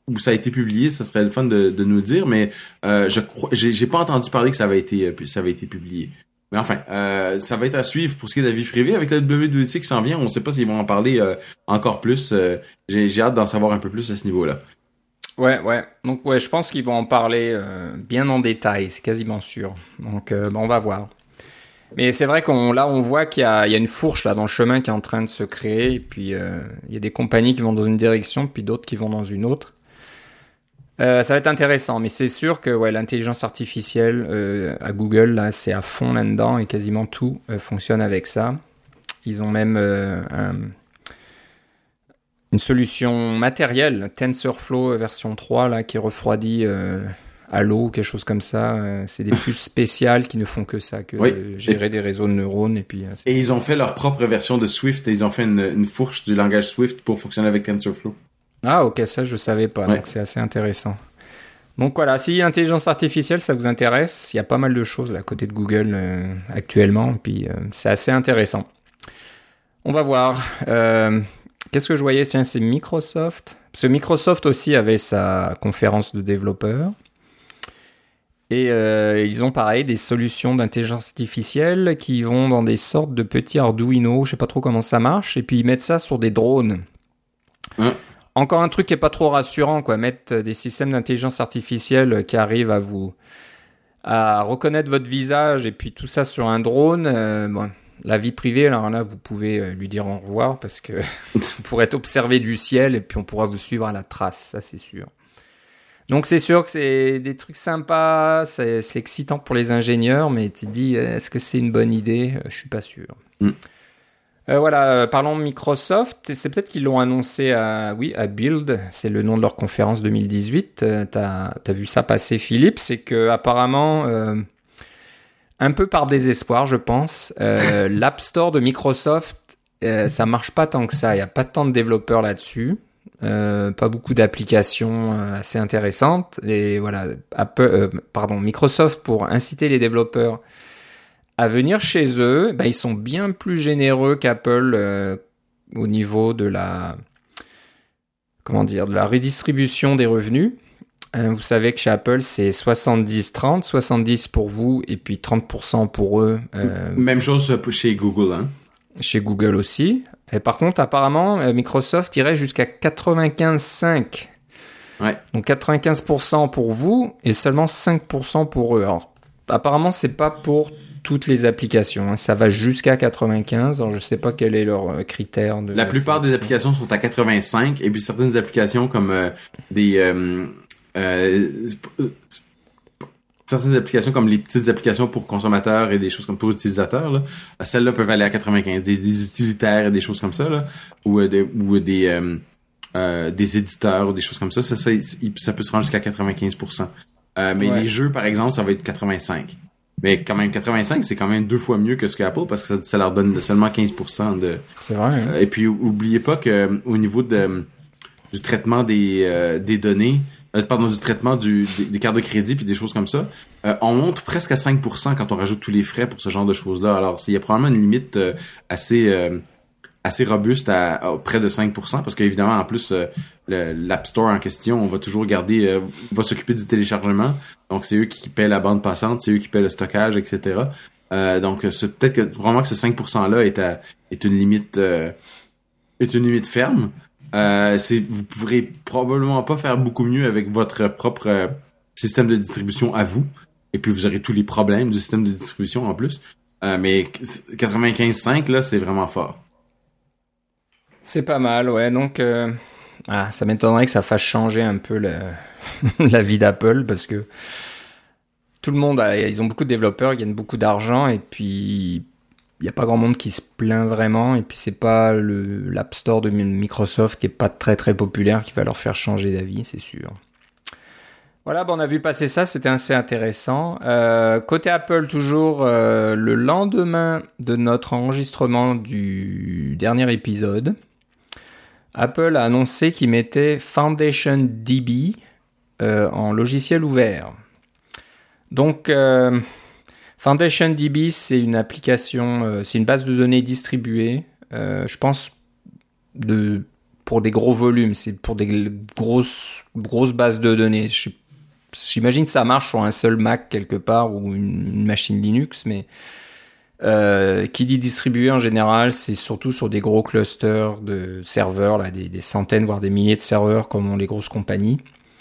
S2: où ça a été publié, ça serait le fun de, de nous le dire, mais euh, je crois, j'ai, j'ai pas entendu parler que ça avait été, ça avait été publié. Mais enfin, euh, ça va être à suivre pour ce qui est de la vie privée. Avec la W W D C qui s'en vient, on sait pas s'ils vont en parler euh, encore plus. Euh, j'ai, j'ai hâte d'en savoir un peu plus à ce niveau-là.
S1: Ouais, ouais. Donc, ouais, je pense qu'ils vont en parler euh, bien en détail, c'est quasiment sûr. Donc, euh, bah, on va voir. Mais c'est vrai qu'on là, on voit qu'il y a, il y a une fourche là dans le chemin qui est en train de se créer. Et puis, euh, il y a des compagnies qui vont dans une direction, puis d'autres qui vont dans une autre. Euh, ça va être intéressant, mais c'est sûr que ouais, l'intelligence artificielle euh, à Google, là, c'est à fond là-dedans et quasiment tout euh, fonctionne avec ça. Ils ont même euh, un, une solution matérielle, TensorFlow version trois, là, qui refroidit euh, à l'eau, quelque chose comme ça. Euh, c'est des puces spéciales qui ne font que ça, que
S2: oui.
S1: euh, gérer et... des réseaux de neurones. Et, puis, euh,
S2: et ils ont fait leur propre version de Swift et ils ont fait une, une fourche du langage Swift pour fonctionner avec TensorFlow.
S1: Ah ok, ça je savais pas, ouais. Donc c'est assez intéressant. Donc voilà, si l'intelligence artificielle ça vous intéresse, il y a pas mal de choses là, à côté de Google euh, actuellement, puis euh, c'est assez intéressant. On va voir. Euh, qu'est-ce que je voyais? Tiens, c'est Microsoft. Parce que Microsoft aussi avait sa conférence de développeurs. Et euh, ils ont pareil des solutions d'intelligence artificielle qui vont dans des sortes de petits Arduino, je sais pas trop comment ça marche, et puis ils mettent ça sur des drones.
S2: Hein?
S1: Encore un truc qui est pas trop rassurant, quoi. Mettre des systèmes d'intelligence artificielle qui arrivent à vous à reconnaître votre visage et puis tout ça sur un drone. Euh, bon, la vie privée, alors là, vous pouvez lui dire au revoir parce que vous pourrez être observé du ciel et puis on pourra vous suivre à la trace, ça c'est sûr. Donc c'est sûr que c'est des trucs sympas, c'est, c'est excitant pour les ingénieurs, mais tu te dis, est-ce que c'est une bonne idée? Je suis pas sûr. Mm. Euh, voilà, euh, parlons de Microsoft, c'est peut-être qu'ils l'ont annoncé à, oui, à Build, c'est le nom de leur conférence deux mille dix-huit, euh, t'as, t'as vu ça passer Philippe, c'est que apparemment, euh, un peu par désespoir je pense, euh, l'App Store de Microsoft, euh, ça marche pas tant que ça, il n'y a pas tant de développeurs là-dessus, euh, pas beaucoup d'applications euh, assez intéressantes, et voilà, Apple, euh, pardon, Microsoft pour inciter les développeurs à venir chez eux, ben, ils sont bien plus généreux qu'Apple euh, au niveau de la, comment dire, de la redistribution des revenus. Euh, vous savez que chez Apple, c'est soixante-dix trente, soixante-dix pour vous et puis trente pour cent pour eux. Euh,
S2: Même chose chez Google, hein.
S1: Chez Google aussi. Et par contre, apparemment, euh, Microsoft irait jusqu'à quatre-vingt-quinze virgule cinq.
S2: Ouais.
S1: Donc quatre-vingt-quinze pour cent pour vous et seulement cinq pour cent pour eux. Alors, apparemment, c'est pas pour toutes les applications, hein. Ça va jusqu'à quatre-vingt-quinze. Alors, je sais pas quel est leur euh, critère. De
S2: la plupart sélection. Des applications sont à quatre-vingt-cinq et puis certaines applications comme euh, des euh, euh, certaines applications comme les petites applications pour consommateurs et des choses comme pour utilisateurs là, celles-là peuvent aller à quatre-vingt-quinze. Des, des utilitaires et des choses comme ça là, ou euh, des ou des euh, euh, des éditeurs ou des choses comme ça, ça ça, ça peut se rendre jusqu'à quatre-vingt-quinze pour cent. Euh, mais ouais. Les jeux par exemple, ça va être quatre-vingt-cinq. Mais quand même, quatre-vingt-cinq, c'est quand même deux fois mieux que ce qu'Apple parce que ça, ça leur donne seulement quinze pour cent de...
S1: C'est vrai, hein?
S2: Et puis, oubliez pas que au niveau de du traitement des euh, des données, euh, pardon, du traitement du des, des cartes de crédit puis des choses comme ça, euh, on monte presque à cinq pour cent quand on rajoute tous les frais pour ce genre de choses-là. Alors, il y a probablement une limite euh, assez... Euh, assez robuste à, à près de cinq pour cent parce qu'évidemment en plus euh, le, l'App Store en question on va toujours garder euh, va s'occuper du téléchargement, donc c'est eux qui paient la bande passante, c'est eux qui paient le stockage, etc. Euh, donc c'est peut-être que vraiment que ce cinq pour cent là est à, est une limite euh, est une limite ferme. Euh, c'est vous pourrez probablement pas faire beaucoup mieux avec votre propre euh, système de distribution à vous, et puis vous aurez tous les problèmes du système de distribution en plus, euh, mais quatre-vingt-quinze virgule cinq là c'est vraiment fort.
S1: C'est pas mal, ouais. Donc, euh... ah, ça m'étonnerait que ça fasse changer un peu le... la vie d'Apple parce que tout le monde, a... ils ont beaucoup de développeurs, ils gagnent beaucoup d'argent et puis il n'y a pas grand monde qui se plaint vraiment. Et puis c'est pas le... l'App Store de Microsoft qui est pas très très populaire qui va leur faire changer d'avis, c'est sûr. Voilà, bon, on a vu passer ça, c'était assez intéressant. Euh, côté Apple, toujours euh, le lendemain de notre enregistrement du dernier épisode, Apple a annoncé qu'il mettait Foundation D B euh, en logiciel ouvert. Donc, euh, Foundation D B, c'est une application, euh, c'est une base de données distribuée, euh, je pense, de pour des gros volumes, c'est pour des grosses grosses bases de données. Je, j'imagine que ça marche sur un seul Mac quelque part ou une, une machine Linux, mais euh, qui dit distribué en général, c'est surtout sur des gros clusters de serveurs, là, des, des centaines voire des milliers de serveurs comme ont les grosses compagnies.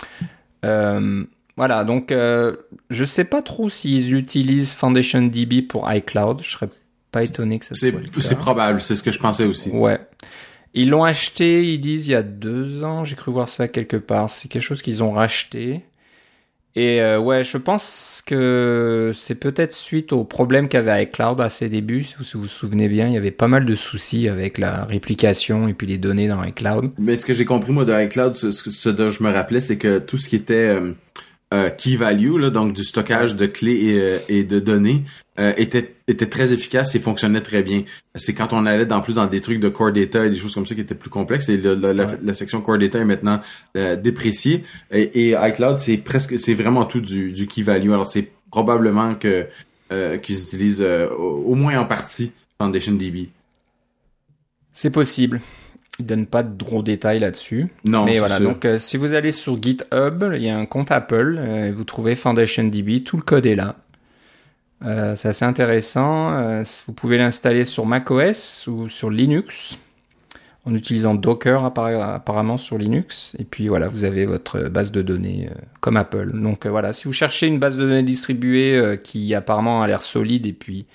S1: Euh, voilà, donc euh, je sais pas trop s'ils utilisent FoundationDB pour iCloud. Je serais pas étonné que ça
S2: c'est,
S1: soit le cas.
S2: C'est probable, c'est ce que je pensais aussi.
S1: Ouais. Ils l'ont acheté, ils disent, il y a deux ans. J'ai cru voir ça quelque part. C'est quelque chose qu'ils ont racheté. Et euh, ouais, je pense que c'est peut-être suite au problème qu'avait iCloud à ses débuts. Si vous vous souvenez bien, il y avait pas mal de soucis avec la réplication et puis les données dans iCloud.
S2: Mais ce que j'ai compris, moi, de iCloud, ce, ce dont je me rappelais, c'est que tout ce qui était euh, euh, key value, là, donc du stockage de clés et, euh, et de données, euh, était était très efficace et fonctionnait très bien. C'est quand on allait dans plus dans des trucs de core data et des choses comme ça qui étaient plus complexes, et le, le, la, ouais. la section core data est maintenant euh, dépréciée. Et, et iCloud, c'est presque, c'est vraiment tout du, du key value. Alors c'est probablement que euh, qu'ils utilisent euh, au, au moins en partie FoundationDB.
S1: C'est possible. Ils donnent pas de gros détails là-dessus.
S2: Non,
S1: mais
S2: c'est
S1: voilà.
S2: sûr.
S1: Donc, euh, si vous allez sur GitHub, il y a un compte Apple, euh, vous trouvez FoundationDB, tout le code est là. Euh, c'est assez intéressant. Euh, vous pouvez l'installer sur macOS ou sur Linux en utilisant Docker apparemment sur Linux. Et puis voilà, vous avez votre base de données euh, comme Apple. Donc euh, voilà, si vous cherchez une base de données distribuée euh, qui apparemment a l'air solide et puis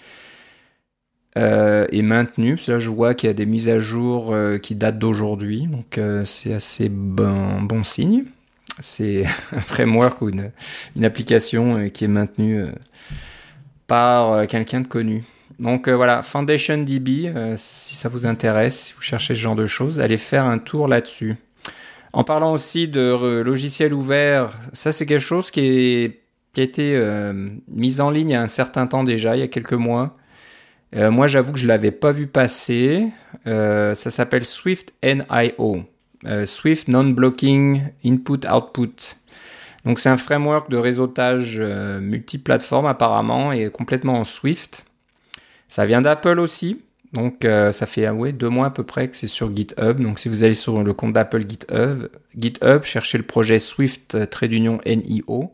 S1: Euh, est maintenu. Parce que là, je vois qu'il y a des mises à jour euh, qui datent d'aujourd'hui, donc euh, c'est assez bon, bon signe. C'est un framework ou une, une application euh, qui est maintenue euh, par euh, quelqu'un de connu. Donc euh, voilà, FoundationDB, euh, si ça vous intéresse, si vous cherchez ce genre de choses, allez faire un tour là-dessus. En parlant aussi de euh, logiciels ouverts, ça c'est quelque chose qui, est, qui a été euh, mis en ligne il y a un certain temps déjà, il y a quelques mois. Euh, moi, j'avoue que je l'avais pas vu passer. Euh, ça s'appelle Swift N I O, euh, Swift Non-Blocking Input-Output. Donc, c'est un framework de réseautage euh, multiplateforme apparemment et complètement en Swift. Ça vient d'Apple aussi. Donc, euh, ça fait ouais, deux mois à peu près que c'est sur GitHub. Donc, si vous allez sur le compte d'Apple GitHub, GitHub, cherchez le projet Swift trait d'union N I O.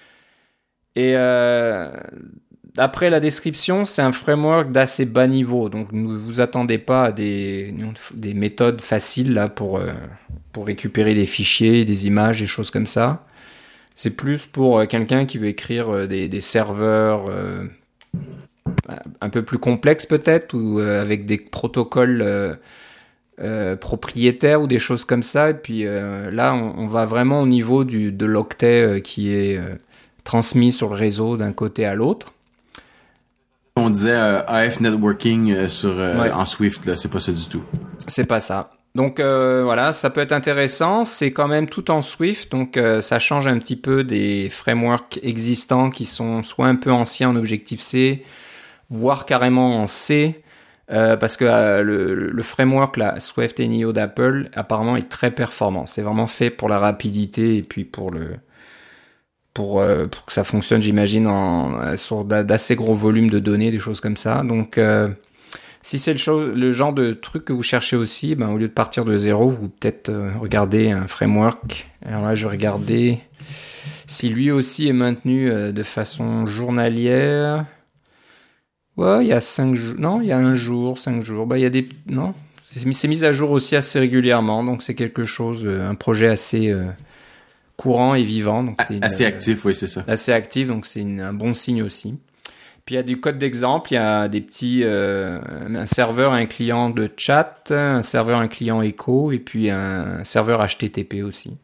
S1: Et euh, d'après la description, c'est un framework d'assez bas niveau. Donc, ne vous attendez pas à des, des méthodes faciles là, pour, euh, pour récupérer des fichiers, des images, des choses comme ça. C'est plus pour euh, quelqu'un qui veut écrire euh, des, des serveurs euh, un peu plus complexes peut-être, ou euh, avec des protocoles euh, euh, propriétaires ou des choses comme ça. Et puis euh, là, on, on va vraiment au niveau du, de l'octet euh, qui est euh, transmis sur le réseau d'un côté à l'autre.
S2: On disait euh, A F Networking euh, sur euh,
S1: ouais.
S2: en Swift, là, c'est pas ça du tout.
S1: C'est pas ça. Donc euh, voilà, ça peut être intéressant. C'est quand même tout en Swift, donc euh, ça change un petit peu des frameworks existants qui sont soit un peu anciens en Objective-C, voire carrément en C, euh, parce que euh, le, le framework, la Swift N I O d'Apple, apparemment est très performant. C'est vraiment fait pour la rapidité et puis pour le Pour, euh, pour que ça fonctionne, j'imagine, en, sur d'assez gros volumes de données, des choses comme ça. Donc, euh, si c'est le, chose, le genre de truc que vous cherchez aussi, ben, au lieu de partir de zéro, vous peut-être euh, regardez un framework. Alors là, je vais regarder si lui aussi est maintenu euh, de façon journalière. Ouais, il y a cinq jours. Non, il y a un jour, cinq jours. Ben, il y a des... Non, c'est, c'est mis à jour aussi assez régulièrement. Donc, c'est quelque chose, euh, un projet assez... Euh, courant et vivant, donc c'est une,
S2: assez actif, oui, c'est ça.
S1: Assez actif, donc c'est une, un bon signe aussi. Puis il y a du code d'exemple, il y a des petits, euh, un serveur, un client de chat, un serveur, un client écho, et puis un serveur H T T P aussi.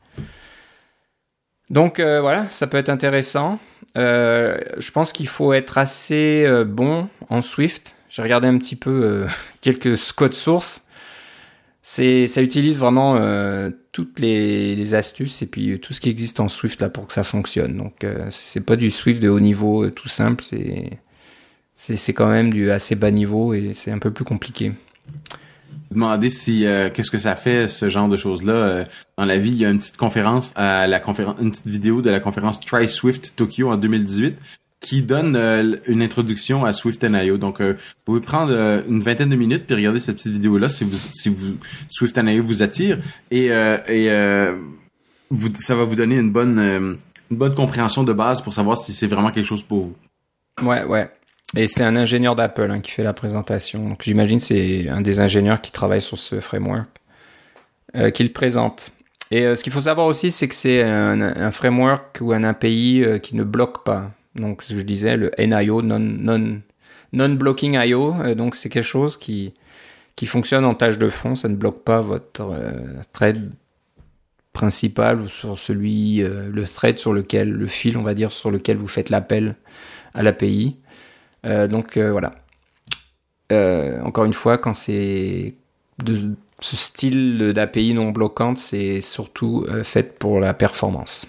S1: Donc euh, voilà, ça peut être intéressant. Euh, je pense qu'il faut être assez euh, bon en Swift. J'ai regardé un petit peu euh, quelques codes sources. C'est, ça utilise vraiment euh, toutes les, les astuces et puis tout ce qui existe en Swift là pour que ça fonctionne. Donc euh, c'est pas du Swift de haut niveau euh, tout simple, c'est, c'est c'est quand même du assez bas niveau et c'est un peu plus compliqué.
S2: Demander si euh, qu'est-ce que ça fait ce genre de choses là euh, dans la vie. Il y a une petite conférence à la conférence, une petite vidéo de la conférence Try Swift Tokyo en deux mille dix-huit. qui donne euh, une introduction à Swift N I O. Donc, euh, vous pouvez prendre euh, une vingtaine de minutes puis regarder cette petite vidéo-là si vous, si vous Swift N I O vous attire et, euh, et euh, vous, ça va vous donner une bonne, euh, une bonne compréhension de base pour savoir si c'est vraiment quelque chose pour vous.
S1: Ouais, ouais. Et c'est un ingénieur d'Apple hein, qui fait la présentation. Donc, j'imagine que c'est un des ingénieurs qui travaille sur ce framework euh, qui le présente. Et euh, ce qu'il faut savoir aussi, c'est que c'est un, un framework ou un A P I euh, qui ne bloque pas. Donc, je disais, le N I O, non, non, non-blocking I O, euh, donc c'est quelque chose qui, qui fonctionne en tâche de fond. Ça ne bloque pas votre euh, thread principal ou sur celui, euh, le thread sur lequel, le fil, on va dire, sur lequel vous faites l'appel à l'A P I. Euh, donc, euh, voilà. Euh, encore une fois, quand c'est de ce style d'A P I non bloquante, c'est surtout euh, fait pour la performance.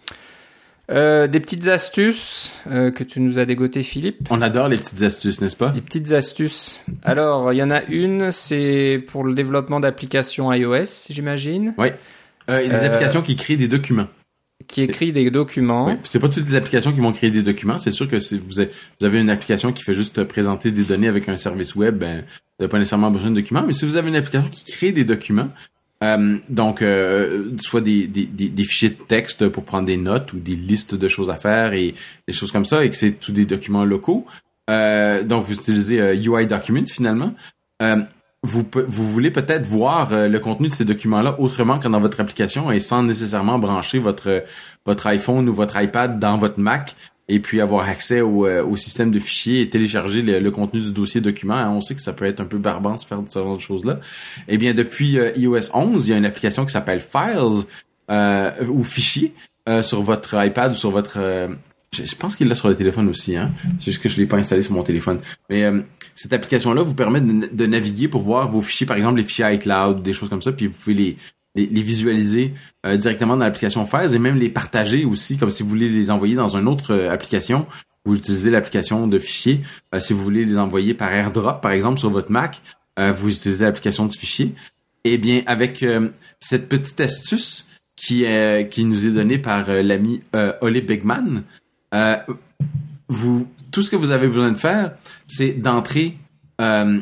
S1: Euh, des petites astuces euh, que tu nous as dégotées, Philippe.
S2: On adore les petites astuces, n'est-ce pas?
S1: Les petites astuces. Alors, il y en a une, c'est pour le développement d'applications iOS, j'imagine.
S2: Oui. Euh, il y a des
S1: Euh,
S2: applications qui créent des documents.
S1: Qui écrit des documents.
S2: Oui. C'est pas toutes les applications qui vont créer des documents. C'est sûr que si vous avez, vous avez une application qui fait juste présenter des données avec un service web, ben, vous n'avez pas nécessairement besoin de documents. Mais si vous avez une application qui crée des documents, euh, donc euh, soit des, des, des, des fichiers de texte pour prendre des notes ou des listes de choses à faire et des choses comme ça, et que c'est tous des documents locaux, euh, donc vous utilisez euh, U I Document finalement. Euh, Vous, vous voulez peut-être voir euh, le contenu de ces documents-là autrement que dans votre application et sans nécessairement brancher votre votre iPhone ou votre iPad dans votre Mac et puis avoir accès au, euh, au système de fichiers et télécharger le, le contenu du dossier document. Hein, on sait que ça peut être un peu barbant de faire ce genre de choses-là. Eh bien, depuis euh, i O S onze, il y a une application qui s'appelle Files euh, ou Fichiers euh, sur votre iPad ou sur votre... Euh, je, je pense qu'il l'a sur le téléphone aussi. Hein. C'est juste que je l'ai pas installé sur mon téléphone. Mais... Euh, cette application-là vous permet de, de naviguer pour voir vos fichiers, par exemple les fichiers iCloud, des choses comme ça, puis vous pouvez les, les, les visualiser euh, directement dans l'application Files et même les partager aussi, comme si vous voulez les envoyer dans une autre euh, application. Vous utilisez l'application de fichiers. Euh, si vous voulez les envoyer par AirDrop, par exemple, sur votre Mac, euh, vous utilisez l'application de fichiers. Eh bien, avec euh, cette petite astuce qui, est, qui nous est donnée par euh, l'ami euh, Ole Bigman, euh, vous... Tout ce que vous avez besoin de faire, c'est d'entrer euh,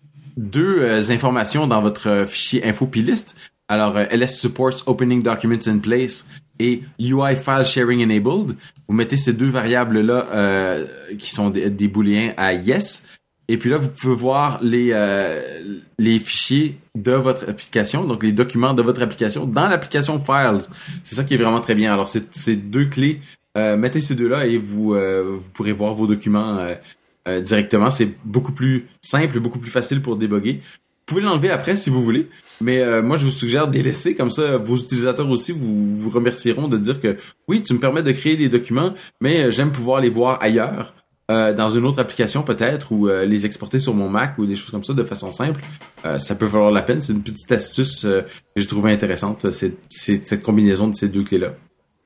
S2: deux euh, informations dans votre euh, fichier info puis list. Alors, euh, L S supports opening documents in place et U I file sharing enabled. Vous mettez ces deux variables-là euh, qui sont des, des booléens à yes. Et puis là, vous pouvez voir les euh, les fichiers de votre application, donc les documents de votre application dans l'application Files. C'est ça qui est vraiment très bien. Alors, c'est c'est deux clés. Euh, mettez ces deux-là et vous euh, vous pourrez voir vos documents euh, euh, directement. C'est beaucoup plus simple, beaucoup plus facile pour débugger. Vous pouvez l'enlever après si vous voulez, mais euh, moi je vous suggère de les laisser, comme ça vos utilisateurs aussi vous vous remercieront de dire que oui, tu me permets de créer des documents, mais j'aime pouvoir les voir ailleurs, euh, dans une autre application peut-être, ou euh, les exporter sur mon Mac ou des choses comme ça de façon simple. Euh, ça peut valoir la peine. C'est une petite astuce euh, que j'ai trouvée intéressante. C'est, c'est cette combinaison de ces deux clés-là.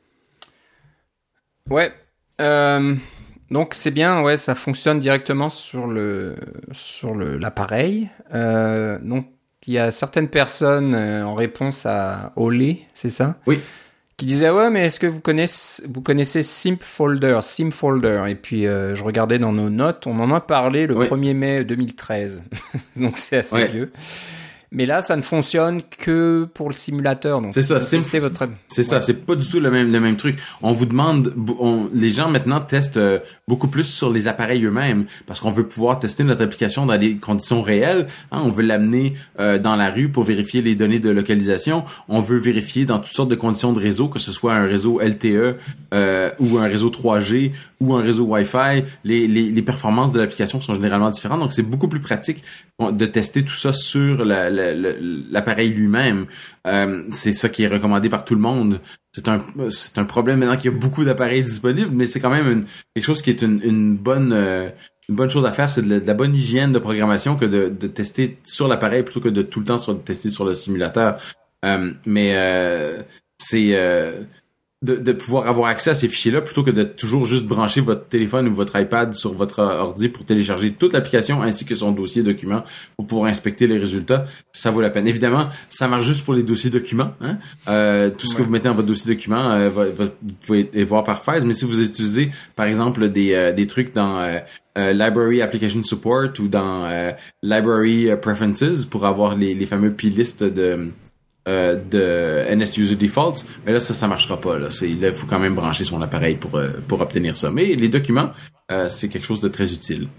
S1: Ouais, euh, donc c'est bien, ouais, ça fonctionne directement sur le sur le l'appareil. Euh, donc il y a certaines personnes euh, en réponse à Olé, c'est ça?
S2: Oui.
S1: Qui disaient ouais, mais est-ce que vous connaissez vous connaissez SimpFolder, SimFolder? Et puis euh, je regardais dans nos notes, on en a parlé le oui. premier mai deux mille treize, donc c'est assez ouais. vieux. Mais là, ça ne fonctionne que pour le simulateur. Donc
S2: c'est ça, c'est
S1: votre...
S2: c'est ouais. ça, c'est pas du tout le même le même truc. On vous demande, on, les gens maintenant testent euh, beaucoup plus sur les appareils eux-mêmes parce qu'on veut pouvoir tester notre application dans des conditions réelles. Hein, on veut l'amener euh, dans la rue pour vérifier les données de localisation. On veut vérifier dans toutes sortes de conditions de réseau, que ce soit un réseau L T E euh, ou un réseau trois G ou un réseau Wi-Fi. Les, les, les performances de l'application sont généralement différentes, donc c'est beaucoup plus pratique de tester tout ça sur la, la l'appareil lui-même. Euh, c'est ça qui est recommandé par tout le monde. C'est un c'est un problème maintenant qu'il y a beaucoup d'appareils disponibles, mais c'est quand même une, quelque chose qui est une, une bonne euh, une bonne chose à faire. C'est de la, de la bonne hygiène de programmation que de, de tester sur l'appareil plutôt que de tout le temps sur, tester sur le simulateur. Euh, mais euh, c'est euh, de, de pouvoir avoir accès à ces fichiers-là plutôt que de toujours juste brancher votre téléphone ou votre iPad sur votre ordi pour télécharger toute l'application ainsi que son dossier document pour pouvoir inspecter les résultats. Ça vaut la peine. Évidemment, ça marche juste pour les dossiers documents. Hein? Euh, tout ce ouais. que vous mettez dans votre dossier document, euh, va, va, vous pouvez les voir par phase. Mais si vous utilisez, par exemple, des, euh, des trucs dans euh, euh, Library Application Support ou dans euh, Library Preferences pour avoir les, les fameux playlists de Euh, de N S User Defaults, mais là ça ça marchera pas là. C'est là il faut quand même brancher son appareil pour euh, pour obtenir ça. Mais les documents euh, c'est quelque chose de très utile.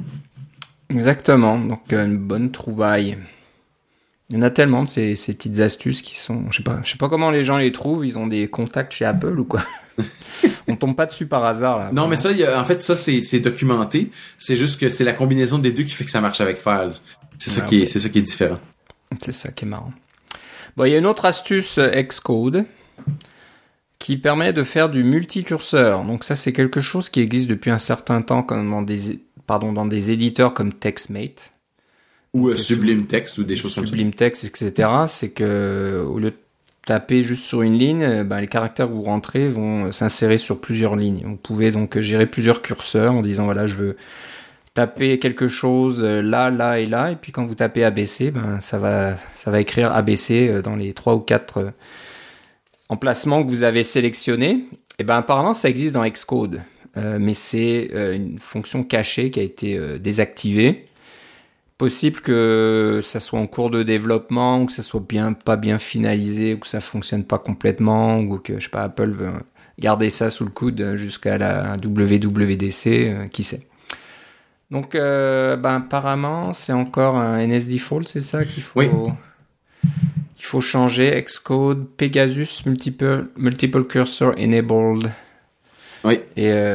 S1: Exactement. Donc euh, une bonne trouvaille. Il y en a tellement de ces ces petites astuces qui sont, je sais pas, je sais pas comment les gens les trouvent. Ils ont des contacts chez Apple ou quoi. On tombe pas dessus par hasard là.
S2: Non, mais ça, y a, en fait, ça c'est c'est documenté. C'est juste que c'est la combinaison des deux qui fait que ça marche avec Files. C'est ça ah, qui okay. est c'est ça qui est différent.
S1: C'est ça qui est marrant. Bon, il y a une autre astuce Xcode qui permet de faire du multicurseur. Donc ça, c'est quelque chose qui existe depuis un certain temps comme dans des, pardon, dans des éditeurs comme TextMate.
S2: Ou euh, Sublime Text ou des choses comme ça.
S1: Sublime Text, et cetera. C'est que au lieu de taper juste sur une ligne, ben, les caractères que vous rentrez vont s'insérer sur plusieurs lignes. Vous pouvez donc gérer plusieurs curseurs en disant, voilà, je veux taper quelque chose là, là et là, et puis quand vous tapez A B C, ben ça va, ça va écrire A B C dans les trois ou quatre emplacements que vous avez sélectionnés. Et ben apparemment ça existe dans Xcode, euh, mais c'est euh, une fonction cachée qui a été euh, désactivée. Possible que ça soit en cours de développement, ou que ça soit bien pas bien finalisé, ou que ça fonctionne pas complètement, ou que je sais pas Apple veut garder ça sous le coude jusqu'à la W W D C, euh, qui sait. Donc, euh, ben, apparemment, c'est encore un N S Default, c'est ça qu'il faut,
S2: oui.
S1: qu'il faut changer. Xcode, Pegasus, multiple, multiple cursor enabled.
S2: Oui.
S1: Et, euh,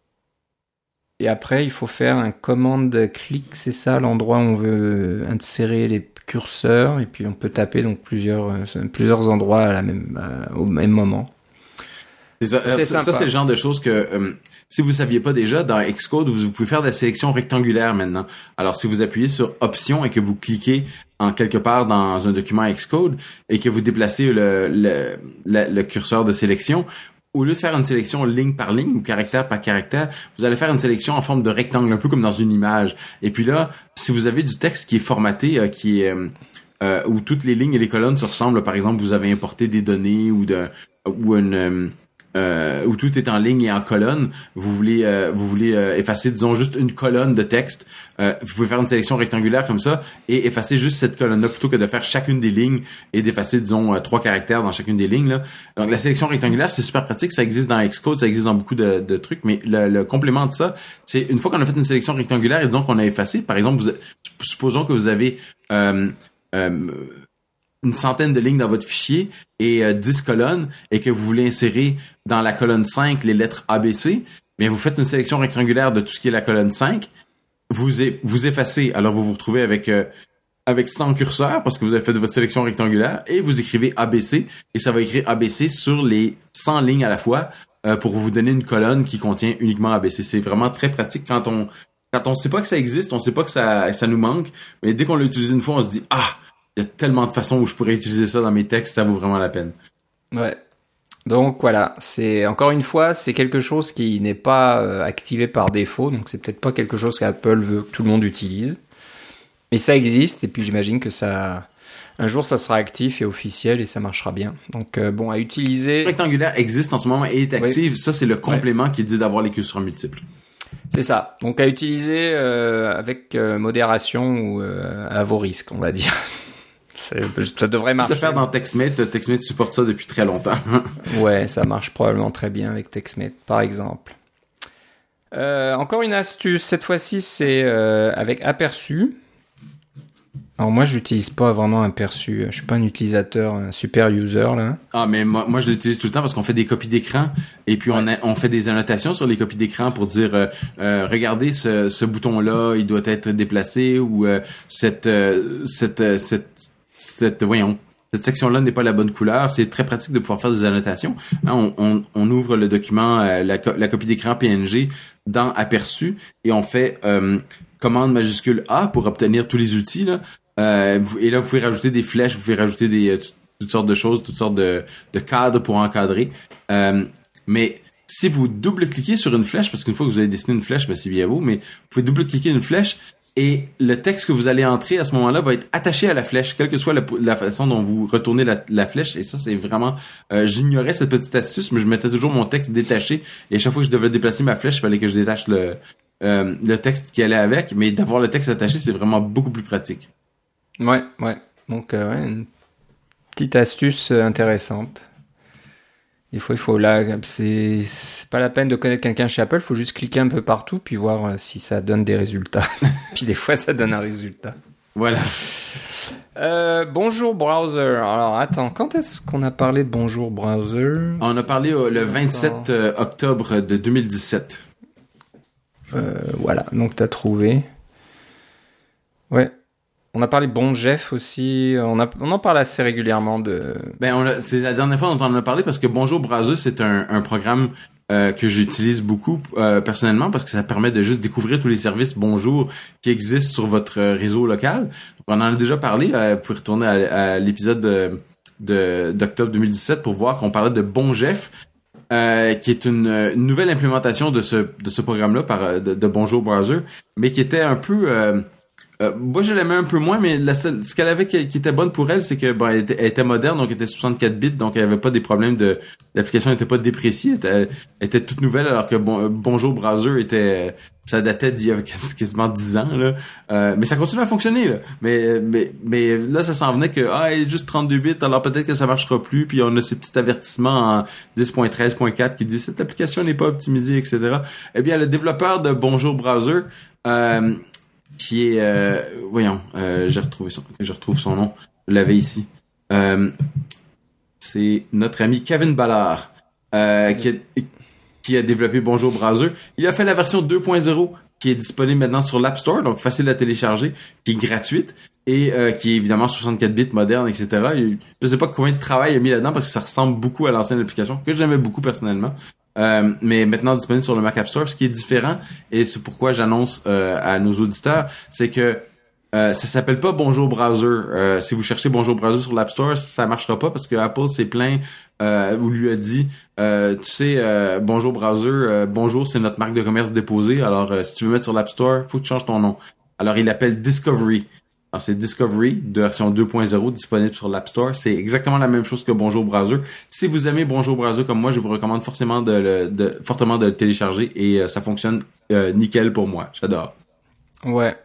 S1: et après, il faut faire un commande clic, c'est ça, l'endroit où on veut insérer les curseurs. Et puis, on peut taper donc plusieurs, plusieurs endroits à la même, à, au même moment.
S2: C'est ça, c'est ça, ça c'est le genre de choses que euh, si vous saviez pas déjà, dans Xcode, vous, vous pouvez faire de la sélection rectangulaire maintenant. Alors, si vous appuyez sur Option et que vous cliquez en quelque part dans un document Xcode et que vous déplacez le, le, le, le curseur de sélection, au lieu de faire une sélection ligne par ligne ou caractère par caractère, vous allez faire une sélection en forme de rectangle, un peu comme dans une image. Et puis là, si vous avez du texte qui est formaté, euh, qui est euh, euh, où toutes les lignes et les colonnes se ressemblent, par exemple, vous avez importé des données ou de ou une euh, Euh, où tout est en ligne et en colonne, vous voulez euh, vous voulez euh, effacer disons juste une colonne de texte, euh, vous pouvez faire une sélection rectangulaire comme ça et effacer juste cette colonne-là plutôt que de faire chacune des lignes et d'effacer disons euh, trois caractères dans chacune des lignes là. Donc la sélection rectangulaire c'est super pratique, ça existe dans Xcode, ça existe dans beaucoup de, de trucs, mais le, le complément de ça, c'est une fois qu'on a fait une sélection rectangulaire et disons qu'on a effacé, par exemple, vous, supposons que vous avez euh, euh, une centaine de lignes dans votre fichier et euh, dix colonnes et que vous voulez insérer dans la colonne cinq les lettres A B C, bien vous faites une sélection rectangulaire de tout ce qui est la colonne cinq, vous vous effacez, alors vous vous retrouvez avec euh, avec cent curseurs parce que vous avez fait votre sélection rectangulaire et vous écrivez A B C et ça va écrire A B C sur les cent lignes à la fois euh, pour vous donner une colonne qui contient uniquement A B C. C'est vraiment très pratique quand on quand on sait pas que ça existe, on sait pas que ça ça nous manque, mais dès qu'on l'a utilisé une fois, on se dit ah, il y a tellement de façons où je pourrais utiliser ça dans mes textes, ça vaut vraiment la peine.
S1: Ouais. Donc voilà, c'est encore une fois, c'est quelque chose qui n'est pas euh, activé par défaut, donc c'est peut-être pas quelque chose qu'Apple veut que tout le monde utilise. Mais ça existe, et puis j'imagine que ça, un jour ça sera actif et officiel et ça marchera bien. Donc euh, bon, à utiliser.
S2: Le rectangulaire existe en ce moment et est active, oui. Ça c'est le complément ouais. qui dit d'avoir les curseurs multiples.
S1: C'est ça. Donc à utiliser euh, avec euh, modération ou euh, à vos risques, on va dire. C'est, ça devrait marcher.
S2: Je le faire dans TextMate. TextMate supporte ça depuis très longtemps.
S1: Ouais, ça marche probablement très bien avec TextMate, par exemple. Euh, encore une astuce. Cette fois-ci, c'est euh, avec Aperçu. Alors moi, je n'utilise pas vraiment Aperçu. Je suis pas un utilisateur, un super user là.
S2: Ah, mais moi, moi je l'utilise tout le temps parce qu'on fait des copies d'écran et puis ouais. on, a, on fait des annotations sur les copies d'écran pour dire euh, euh, regardez ce, ce bouton-là, il doit être déplacé ou euh, cette euh, cette euh, cette cette voyons cette section-là n'est pas la bonne couleur. C'est très pratique de pouvoir faire des annotations. Hein, on, on, on ouvre le document, euh, la, la copie d'écran P N G dans Aperçu et on fait euh, commande majuscule A pour obtenir tous les outils là. Euh, et là, vous pouvez rajouter des flèches, vous pouvez rajouter des, toutes sortes de choses, toutes sortes de, de cadres pour encadrer. Euh, mais si vous double-cliquez sur une flèche, parce qu'une fois que vous avez dessiné une flèche, ben c'est bien beau, mais vous pouvez double-cliquer une flèche et le texte que vous allez entrer à ce moment-là va être attaché à la flèche, quelle que soit la, la façon dont vous retournez la, la flèche. Et ça, c'est vraiment... Euh, j'ignorais cette petite astuce, mais je mettais toujours mon texte détaché. Et à chaque fois que je devais déplacer ma flèche, il fallait que je détache le, euh, le texte qui allait avec. Mais d'avoir le texte attaché, c'est vraiment beaucoup plus pratique.
S1: Ouais, ouais. Donc, euh, ouais, une petite astuce intéressante. Des fois, il faut là, c'est, c'est pas la peine de connaître quelqu'un chez Apple, il faut juste cliquer un peu partout puis voir euh, si ça donne des résultats. Puis des fois, ça donne un résultat.
S2: Voilà.
S1: Euh, bonjour browser. Alors attends, quand est-ce qu'on a parlé de bonjour browser?
S2: On a parlé euh, le vingt-sept octobre de deux mille dix-sept.
S1: Euh, voilà, donc t'as trouvé. Ouais. On a parlé de Bon Jeff aussi. On, a, on en parle assez régulièrement de.
S2: Ben, on a, c'est la dernière fois dont on en a parlé parce que Bonjour Browser, c'est un, un programme euh, que j'utilise beaucoup euh, personnellement parce que ça permet de juste découvrir tous les services Bonjour qui existent sur votre réseau local. Donc, on en a déjà parlé. Euh, vous pouvez retourner à, à l'épisode de, de, d'octobre deux mille dix-sept pour voir qu'on parlait de Bon Jeff, euh, qui est une, une nouvelle implémentation de ce, de ce programme-là par de, de Bonjour Browser, mais qui était un peu euh, Euh, moi, je l'aimais un peu moins, mais la seule, ce qu'elle avait qui, qui était bonne pour elle, c'est que bon, elle était, elle était moderne, donc elle était soixante-quatre bits, donc elle avait pas des problèmes de, l'application n'était pas dépréciée, elle était, elle était toute nouvelle, alors que bon, Bonjour Browser était, ça datait d'il y a quasiment dix ans là. Euh, mais ça continue à fonctionner là. Mais mais mais là, ça s'en venait que ah, elle est juste trente-deux bits, alors peut-être que ça marchera plus. Puis on a ces petits avertissements en dix point treize point quatre qui disent cette application n'est pas optimisée, et cetera. Eh bien, le développeur de Bonjour Browser euh, qui est euh, voyons euh, j'ai retrouvé son je retrouve son nom, je l'avais ici, euh, c'est notre ami Kevin Ballard euh, qui, a, qui a développé Bonjour Browser. Il a fait la version deux point zéro qui est disponible maintenant sur l'App Store, donc facile à télécharger, qui est gratuite et euh, qui est évidemment soixante-quatre bits moderne, et cetera. Il, je sais pas combien de travail il a mis là-dedans parce que ça ressemble beaucoup à l'ancienne application que j'aimais beaucoup personnellement. Euh, mais maintenant disponible sur le Mac App Store. Ce qui est différent, et c'est pourquoi j'annonce euh, à nos auditeurs, c'est que euh, ça s'appelle pas Bonjour Browser. Euh, si vous cherchez Bonjour Browser sur l'App Store, ça marchera pas parce que Apple s'est plaint euh, ou lui a dit euh, tu sais, euh, Bonjour Browser, euh, Bonjour c'est notre marque de commerce déposée, alors euh, si tu veux mettre sur l'App Store, faut que tu changes ton nom. Alors il l'appelle Discovery. Alors, c'est Discovery de version deux point zéro disponible sur l'App Store. C'est exactement la même chose que Bonjour Browser. Si vous aimez Bonjour Browser comme moi, je vous recommande forcément de le, de, fortement de le télécharger et euh, ça fonctionne euh, nickel pour moi. J'adore.
S1: Ouais.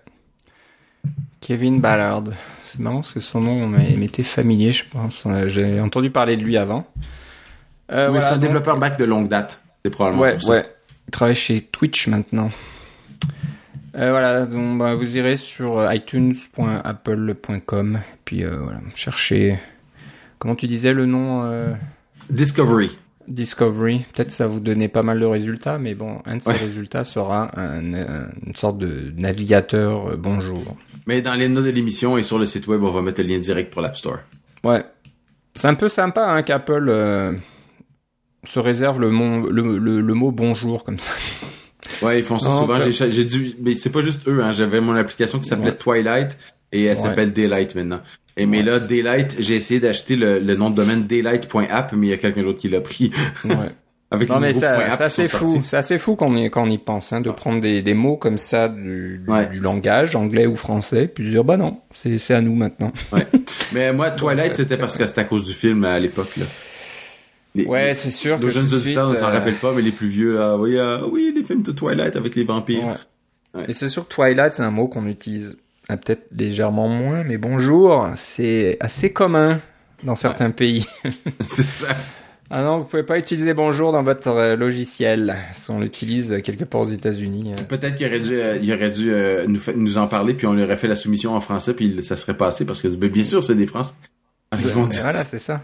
S1: Kevin Ballard. C'est marrant parce que son nom m'était familier, je pense. J'ai entendu parler de lui avant.
S2: Euh, oui, voilà, c'est un donc... développeur Mac de longue date. C'est probablement
S1: ouais,
S2: pour ça.
S1: Ouais. Il travaille chez Twitch maintenant. Euh, voilà, donc bah, vous irez sur itunes point apple point com puis euh, voilà, cherchez. Comment tu disais le nom euh...
S2: Discovery.
S1: Discovery. Peut-être ça vous donnait pas mal de résultats, mais bon, un de ces
S2: ouais.
S1: résultats sera un, un, une sorte de navigateur euh, bonjour.
S2: Mais dans les notes de l'émission et sur le site web, on va mettre le lien direct pour l'App Store.
S1: Ouais, c'est un peu sympa hein, qu'Apple euh, se réserve le, mon, le, le, le mot bonjour comme ça.
S2: Ouais, ils font ça oh, souvent. J'ai, j'ai dû, mais c'est pas juste eux, hein. J'avais mon application qui s'appelait ouais. Twilight et elle ouais. s'appelle Daylight maintenant. Et mais ouais. là, Daylight, j'ai essayé d'acheter le, le nom de domaine daylight point app, mais il y a quelqu'un d'autre qui l'a pris.
S1: Ouais.
S2: Avec
S1: non mais ça, ça c'est fou, c'est assez fou quand on y, quand on y pense, hein, de prendre des, des mots comme ça du, du, ouais. du langage, anglais ou français, puis de dire bah non, c'est, c'est à nous maintenant.
S2: Ouais. Mais moi, Twilight, c'était parce que c'était à cause du film à l'époque là.
S1: Les, ouais, les, c'est sûr.
S2: Nos jeunes auditeurs ne s'en euh... rappellent pas, mais les plus vieux, là, oui, euh, oui, les films de Twilight avec les vampires.
S1: Ouais. Ouais. Et c'est sûr que Twilight, c'est un mot qu'on utilise euh, peut-être légèrement moins, mais bonjour, c'est assez commun dans certains ouais. pays.
S2: C'est ça.
S1: Ah non, vous pouvez pas utiliser bonjour dans votre euh, logiciel. Si on l'utilise quelque part aux États-Unis. Euh...
S2: Peut-être qu'il aurait dû, euh, il aurait dû euh, nous, fa- nous en parler, puis on lui aurait fait la soumission en français, puis ça serait passé, parce que ben, bien sûr, c'est des Français.
S1: Ils vont dire voilà, ça. C'est ça.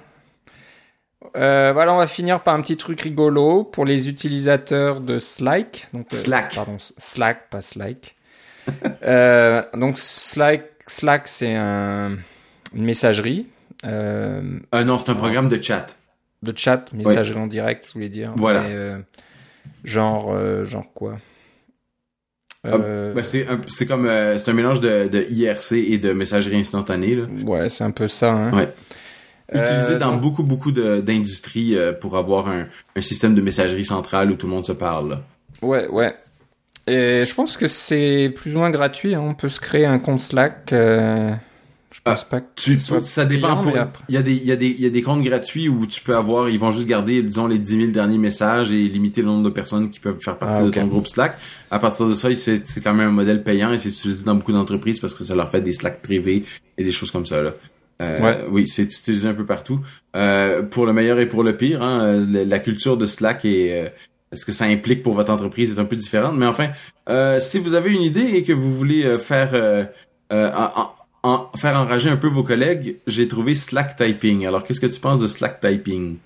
S1: Euh, voilà, on va finir par un petit truc rigolo pour les utilisateurs de Slack. Donc, euh,
S2: Slack.
S1: Pardon, Slack, pas Slack. euh, donc Slack, Slack, c'est un, une messagerie. Euh,
S2: euh, non, c'est un programme de chat.
S1: De chat, messagerie oui. en direct, je voulais dire.
S2: Voilà.
S1: Mais, euh, genre, euh, genre quoi
S2: euh, ben c'est, un, c'est comme euh, c'est un mélange de, de I R C et de messagerie instantanée là.
S1: Ouais, c'est un peu ça. Hein.
S2: Ouais. utilisé
S1: Euh,
S2: dans
S1: donc-
S2: beaucoup, beaucoup de, d'industries euh, pour avoir un, un système de messagerie centrale où tout le monde se parle. Là.
S1: Ouais, ouais. Et je pense que c'est plus ou moins gratuit, hein. On peut se créer un compte Slack. euh, Je pense
S2: Ah,
S1: pas que
S2: Tu,
S1: ce soit
S2: ça dépend.
S1: payant,
S2: Pour,
S1: mais après-
S2: il y a des, il y a des, il y a des comptes gratuits où tu peux avoir, ils vont juste garder, disons, les dix mille derniers messages et limiter le nombre de personnes qui peuvent faire partie
S1: Ah,
S2: de
S1: ok.
S2: ton groupe Slack. À partir de ça, c'est, c'est quand même un modèle payant et c'est utilisé dans beaucoup d'entreprises parce que ça leur fait des Slack privés et des choses comme ça, là. Euh,
S1: Ouais.
S2: Oui, c'est utilisé un peu partout. Euh, pour le meilleur et pour le pire, hein, la, la culture de Slack est, euh, ce que ça implique pour votre entreprise est un peu différente. Mais enfin, euh, si vous avez une idée et que vous voulez euh, faire, euh, euh, en, en- En, faire enrager un peu vos collègues, j'ai trouvé Slack Typing. Alors, qu'est-ce que tu penses de Slack Typing?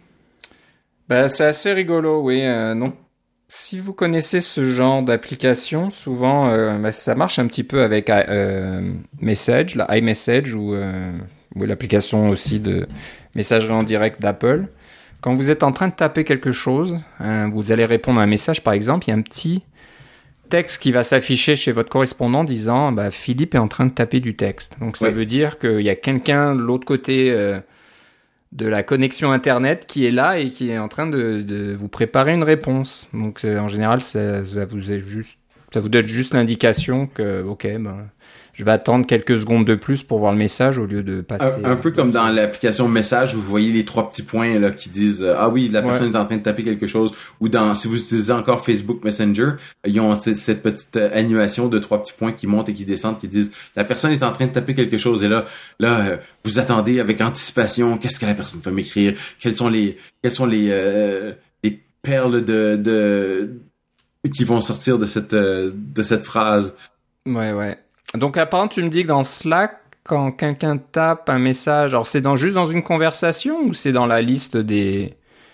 S1: Bah, c'est assez rigolo, oui. Euh, donc, si vous connaissez ce genre d'application, souvent, euh, bah, ça marche un petit peu avec euh, Message, la iMessage, ou, euh, ou l'application aussi de messagerie en direct d'Apple. Quand vous êtes en train de taper quelque chose, hein, vous allez répondre à un message, par exemple, il y a un petit texte qui va s'afficher chez votre correspondant disant bah, Philippe est en train de taper du texte. Donc ça
S2: Ouais.
S1: veut dire qu'il y a quelqu'un de l'autre côté euh, de la connexion Internet qui est là et qui est en train de, de vous préparer une réponse. Donc euh, en général, ça, ça, vous est juste, ça vous donne juste l'indication que ok, ben, je vais attendre quelques secondes de plus pour voir le message au lieu de passer...
S2: Un, un peu comme dans l'application Message où vous voyez les trois petits points là qui disent euh, ah oui, la personne
S1: Ouais.
S2: est en train de taper quelque chose. Ou dans si vous utilisez encore Facebook Messenger, ils ont c- cette petite euh, animation de trois petits points qui montent et qui descendent qui disent la personne est en train de taper quelque chose. Et là, là, euh, vous attendez avec anticipation. Qu'est-ce que la personne va m'écrire? Quelles sont les, quelles sont les, euh, les perles de, de qui vont sortir de cette, euh, de cette phrase?
S1: Ouais, ouais. Donc apparemment, tu me dis que dans Slack, quand quelqu'un tape un message, alors c'est dans, juste dans une conversation ou c'est dans la liste des...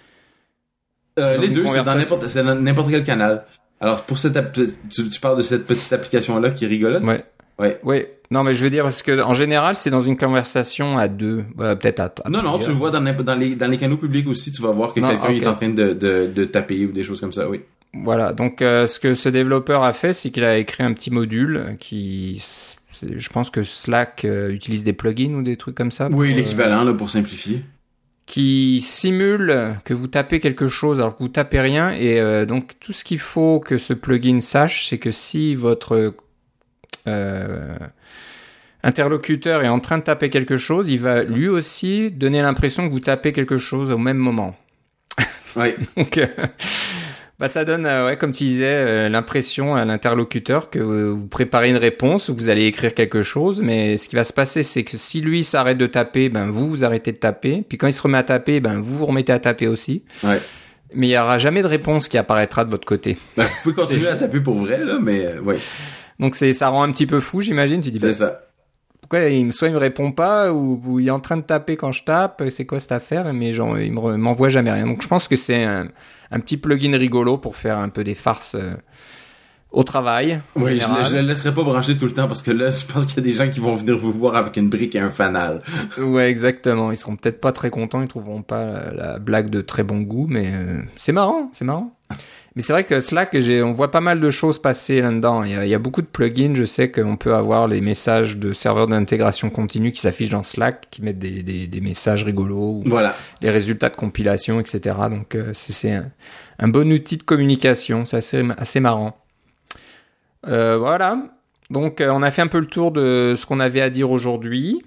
S2: Euh,
S1: Dans
S2: les
S1: une
S2: deux, c'est dans
S1: conversation.
S2: n'importe, c'est dans n'importe quel canal. Alors pour cette, app- tu, tu parles de cette petite application là qui est rigolote.
S1: Ouais.
S2: Ouais.
S1: Ouais. Non, mais je veux dire parce que en général, c'est dans une conversation à deux, euh, peut-être à, à
S2: Non, non, tu
S1: plusieurs.
S2: le vois dans, n'importe- dans les dans les canaux publics aussi, tu vas voir que
S1: Non,
S2: quelqu'un
S1: ok.
S2: est en train de, de de taper ou des choses comme ça. Oui.
S1: Voilà. Donc euh, ce que ce développeur a fait, c'est qu'il a écrit un petit module qui, c'est- je pense que Slack euh, utilise des plugins ou des trucs comme ça.
S2: Oui,
S1: pour, euh,
S2: l'équivalent là pour simplifier.
S1: qui simule que vous tapez quelque chose alors que vous tapez rien et euh, donc tout ce qu'il faut que ce plugin sache, c'est que si votre euh, interlocuteur est en train de taper quelque chose, il va lui aussi donner l'impression que vous tapez quelque chose au même moment.
S2: Oui.
S1: Donc euh, bah ça donne, euh, ouais, comme tu disais, euh, l'impression à l'interlocuteur que euh, vous préparez une réponse ou que vous allez écrire quelque chose, mais ce qui va se passer, c'est que si lui s'arrête de taper, ben vous, vous arrêtez de taper, puis quand il se remet à taper, ben vous vous remettez à taper aussi,
S2: Ouais.
S1: mais il n'y aura jamais de réponse qui apparaîtra de votre côté.
S2: Ben, vous pouvez continuer
S1: C'est
S2: à
S1: juste.
S2: taper pour vrai là, mais euh, ouais,
S1: Donc c'est, ça rend un petit peu fou, j'imagine, tu dis,
S2: c'est
S1: bah,
S2: ça.
S1: pourquoi il, me- soit il me répond pas, ou, ou il est en train de taper quand je tape, c'est quoi cette affaire, mais genre, il me re- m'envoie jamais rien. Donc je pense que c'est un, un petit plugin rigolo pour faire un peu des farces euh, au travail, en
S2: Oui, je,
S1: général.
S2: le- je le laisserai pas brancher tout le temps parce que là, je pense qu'il y a des gens qui vont venir vous voir avec une brique et un fanal.
S1: Ouais, exactement. Ils seront peut-être pas très contents, ils trouveront pas la, la blague de très bon goût, mais euh, c'est marrant, c'est marrant. Mais c'est vrai que Slack, j'ai, on voit pas mal de choses passer là-dedans. Il y a, il y a beaucoup de plugins. Je sais qu'on peut avoir les messages de serveurs d'intégration continue qui s'affichent dans Slack, qui mettent des, des, des messages rigolos, ou
S2: Voilà.
S1: les résultats de compilation, et cetera. Donc euh, c'est, c'est un, un bon outil de communication. C'est assez, assez marrant. Euh, voilà. Donc euh, on a fait un peu le tour de ce qu'on avait à dire aujourd'hui.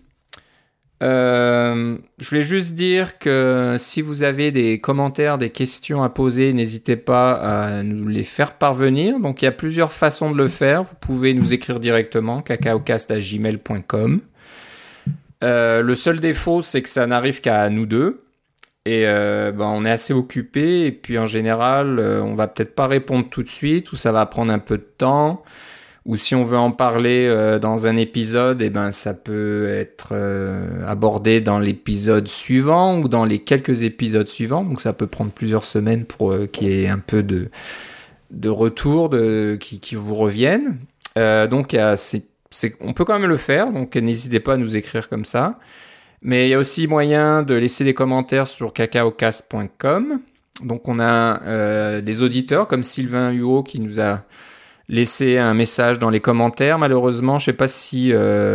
S1: Euh, je voulais juste dire que si vous avez des commentaires, des questions à poser, n'hésitez pas à nous les faire parvenir. Donc il y a plusieurs façons de le faire. Vous pouvez nous écrire directement, cacaocast arobase gmail point com. Euh, le seul défaut, c'est que ça n'arrive qu'à nous deux. Et euh, ben, on est assez occupé. Et puis en général, euh, on va peut-être pas répondre tout de suite, ou ça va prendre un peu de temps. Ou si on veut en parler euh, dans un épisode, eh ben ça peut être euh, abordé dans l'épisode suivant ou dans les quelques épisodes suivants. Donc ça peut prendre plusieurs semaines pour euh, qu'il y ait un peu de de retour de qui, qui vous reviennent. Euh, donc il y a, c'est, c'est, on peut quand même le faire. Donc n'hésitez pas à nous écrire comme ça. Mais il y a aussi moyen de laisser des commentaires sur cacaocast point com. Donc on a euh, des auditeurs comme Sylvain Huot qui nous a laissez un message dans les commentaires. Malheureusement, je sais pas si euh,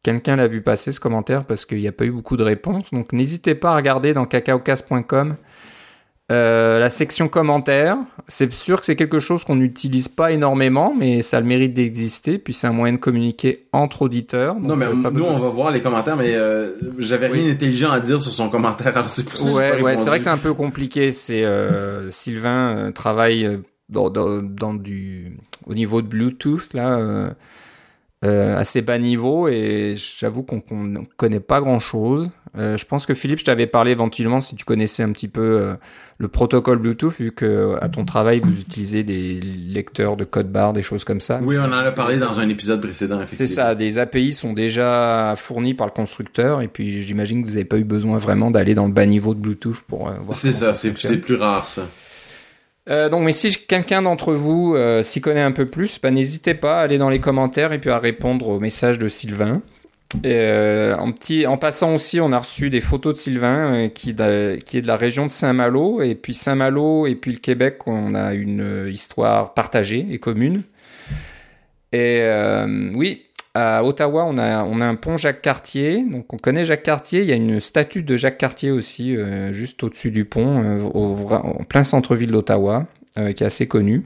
S1: quelqu'un l'a vu passer ce commentaire parce qu'il n'y a pas eu beaucoup de réponses. Donc n'hésitez pas à regarder dans cacaocast point com euh, la section commentaires. C'est sûr que c'est quelque chose qu'on n'utilise pas énormément, mais ça a le mérite d'exister. Puis c'est un moyen de communiquer entre auditeurs.
S2: Non, mais nous, besoin. on va voir les commentaires, mais euh, j'avais oui. rien d'intelligent à dire sur son commentaire. Alors c'est pour ça que
S1: ouais,
S2: j'ai pas
S1: ouais, c'est vrai que c'est un peu compliqué. C'est euh, Sylvain euh, travaille euh, dans, dans, dans du au niveau de Bluetooth là. Euh, Euh, assez bas niveau et j'avoue qu'on ne connaît pas grand chose. Euh, je pense que Philippe, je t'avais parlé éventuellement si tu connaissais un petit peu euh, le protocole Bluetooth, vu que à ton travail vous utilisez des lecteurs de code barre, des choses comme ça.
S2: Oui, on en a parlé dans un épisode précédent, effectivement.
S1: C'est ça, des A P I sont déjà fournis par le constructeur et puis j'imagine que vous n'avez pas eu besoin vraiment d'aller dans le bas niveau de Bluetooth pour euh, voir.
S2: C'est ça, ça c'est, c'est plus rare ça.
S1: Euh, donc, mais si quelqu'un d'entre vous euh, s'y connaît un peu plus, bah, n'hésitez pas à aller dans les commentaires et puis à répondre au message de Sylvain. Et, euh, en, petit, en passant aussi, on a reçu des photos de Sylvain euh, qui, de, qui est de la région de Saint-Malo. Et puis Saint-Malo et puis le Québec, on a une euh, histoire partagée et commune. Et euh, oui, à Ottawa, on a, on a un pont Jacques-Cartier. Donc on connaît Jacques-Cartier. Il y a une statue de Jacques-Cartier aussi, euh, juste au-dessus du pont, euh, au, en plein centre-ville d'Ottawa, euh, qui est assez connue.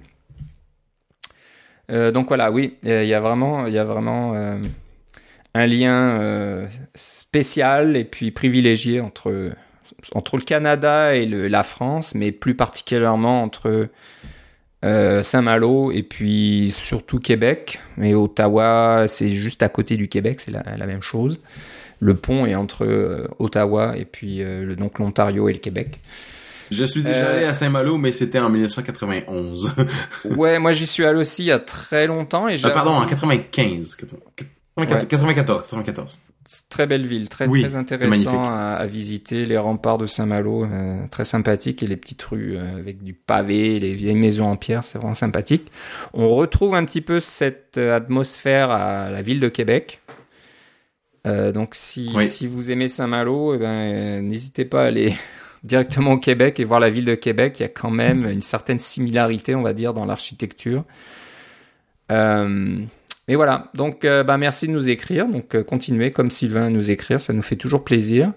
S1: Euh, donc voilà, oui, il y a vraiment, il y a vraiment euh, un lien euh, spécial et puis privilégié entre, entre le Canada et le, la France, mais plus particulièrement entre Euh, Saint-Malo et puis surtout Québec, mais Ottawa c'est juste à côté du Québec, c'est la, la même chose. Le pont est entre euh, Ottawa et puis euh, le, donc l'Ontario et le Québec.
S2: Je suis déjà euh, allé à Saint-Malo, mais c'était en dix-neuf cent quatre-vingt-onze.
S1: Ouais, moi j'y suis allé aussi il y a très longtemps. Et
S2: euh, pardon, en quatre-vingt-quinze. quatre-vingt-quatorze, quatre-vingt-quatorze.
S1: Très belle ville, très oui, très intéressant à, à visiter, les remparts de Saint-Malo, euh, très sympathique, et les petites rues euh, avec du pavé, les vieilles maisons en pierre, c'est vraiment sympathique. On retrouve un petit peu cette atmosphère à la ville de Québec. Euh, donc si, oui. si vous aimez Saint-Malo, eh ben, euh, n'hésitez pas à aller directement au Québec et voir la ville de Québec. Il y a quand même une certaine similarité, on va dire, dans l'architecture. Euh... Mais voilà, donc euh, bah, merci de nous écrire, donc euh, continuez comme Sylvain à nous écrire, ça nous fait toujours plaisir.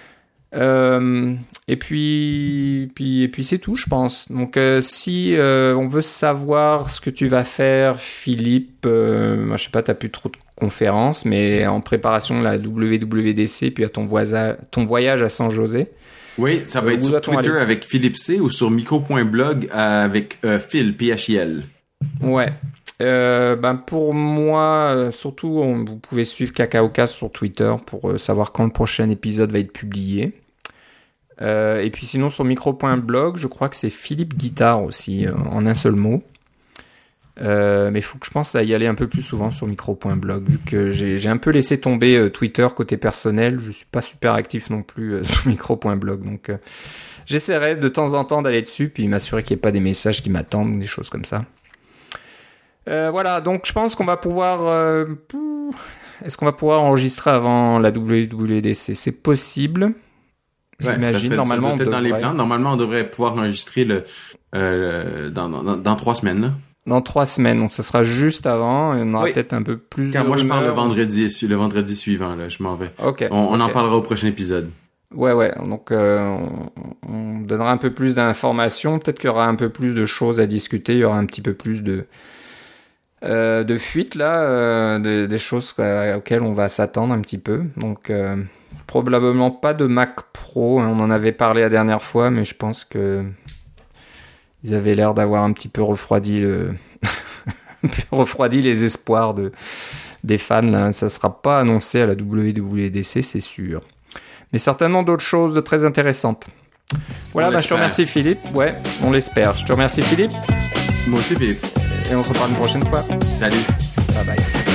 S1: Euh, et puis, puis, et puis c'est tout, je pense. Donc euh, si euh, on veut savoir ce que tu vas faire, Philippe, euh, moi, je sais pas, t'as plus trop de conférences, mais en préparation de la W W D C, puis à ton, voisa- ton voyage à San José.
S2: Oui, ça va euh, être sur Twitter aller. Avec Philippe C ou sur micro point blog avec euh, Phil, P H I L.
S1: Ouais. Euh, ben pour moi, euh, surtout, on, vous pouvez suivre CacaoCast sur Twitter pour euh, savoir quand le prochain épisode va être publié. Euh, et puis sinon, sur micro point blog, je crois que c'est Philippe Guitare aussi, euh, en un seul mot. Euh, mais il faut que je pense à y aller un peu plus souvent sur micro point blog, vu que j'ai, j'ai un peu laissé tomber euh, Twitter côté personnel. Je suis pas super actif non plus euh, sur micro point blog, donc euh, j'essaierai de temps en temps d'aller dessus, puis m'assurer qu'il n'y ait pas des messages qui m'attendent ou des choses comme ça. Euh, voilà, donc je pense qu'on va pouvoir... Euh, est-ce qu'on va pouvoir enregistrer avant la W W D C ? C'est possible.
S2: Ouais, j'imagine. Ça serait, normalement, ça doit être dans les plans. Normalement, on devrait pouvoir enregistrer le, euh, dans, dans, dans trois semaines. Là.
S1: Dans trois semaines, donc ça sera juste avant. Et on aura oui. peut-être un peu plus
S2: Car
S1: de
S2: moi, je
S1: rumeurs.
S2: pars le vendredi, le vendredi suivant. Là, je m'en vais.
S1: Ok.
S2: On, on
S1: okay.
S2: en parlera au prochain épisode.
S1: Ouais, ouais. Donc, euh, on, on donnera un peu plus d'informations. Peut-être qu'il y aura un peu plus de choses à discuter. Il y aura un petit peu plus de... Euh, de fuite là, euh, de, des choses euh, auxquelles on va s'attendre un petit peu. Donc euh, probablement pas de Mac Pro, hein, on en avait parlé la dernière fois, mais je pense que ils avaient l'air d'avoir un petit peu refroidi le refroidi les espoirs de des fans. Là. Ça sera pas annoncé à la W W D C, c'est sûr. Mais certainement d'autres choses de très intéressantes. Voilà, bah, je te remercie Philippe. Ouais, on l'espère. Je te remercie Philippe.
S2: Moi aussi Philippe.
S1: Et on se reparle une prochaine fois.
S2: Salut.
S1: Bye bye.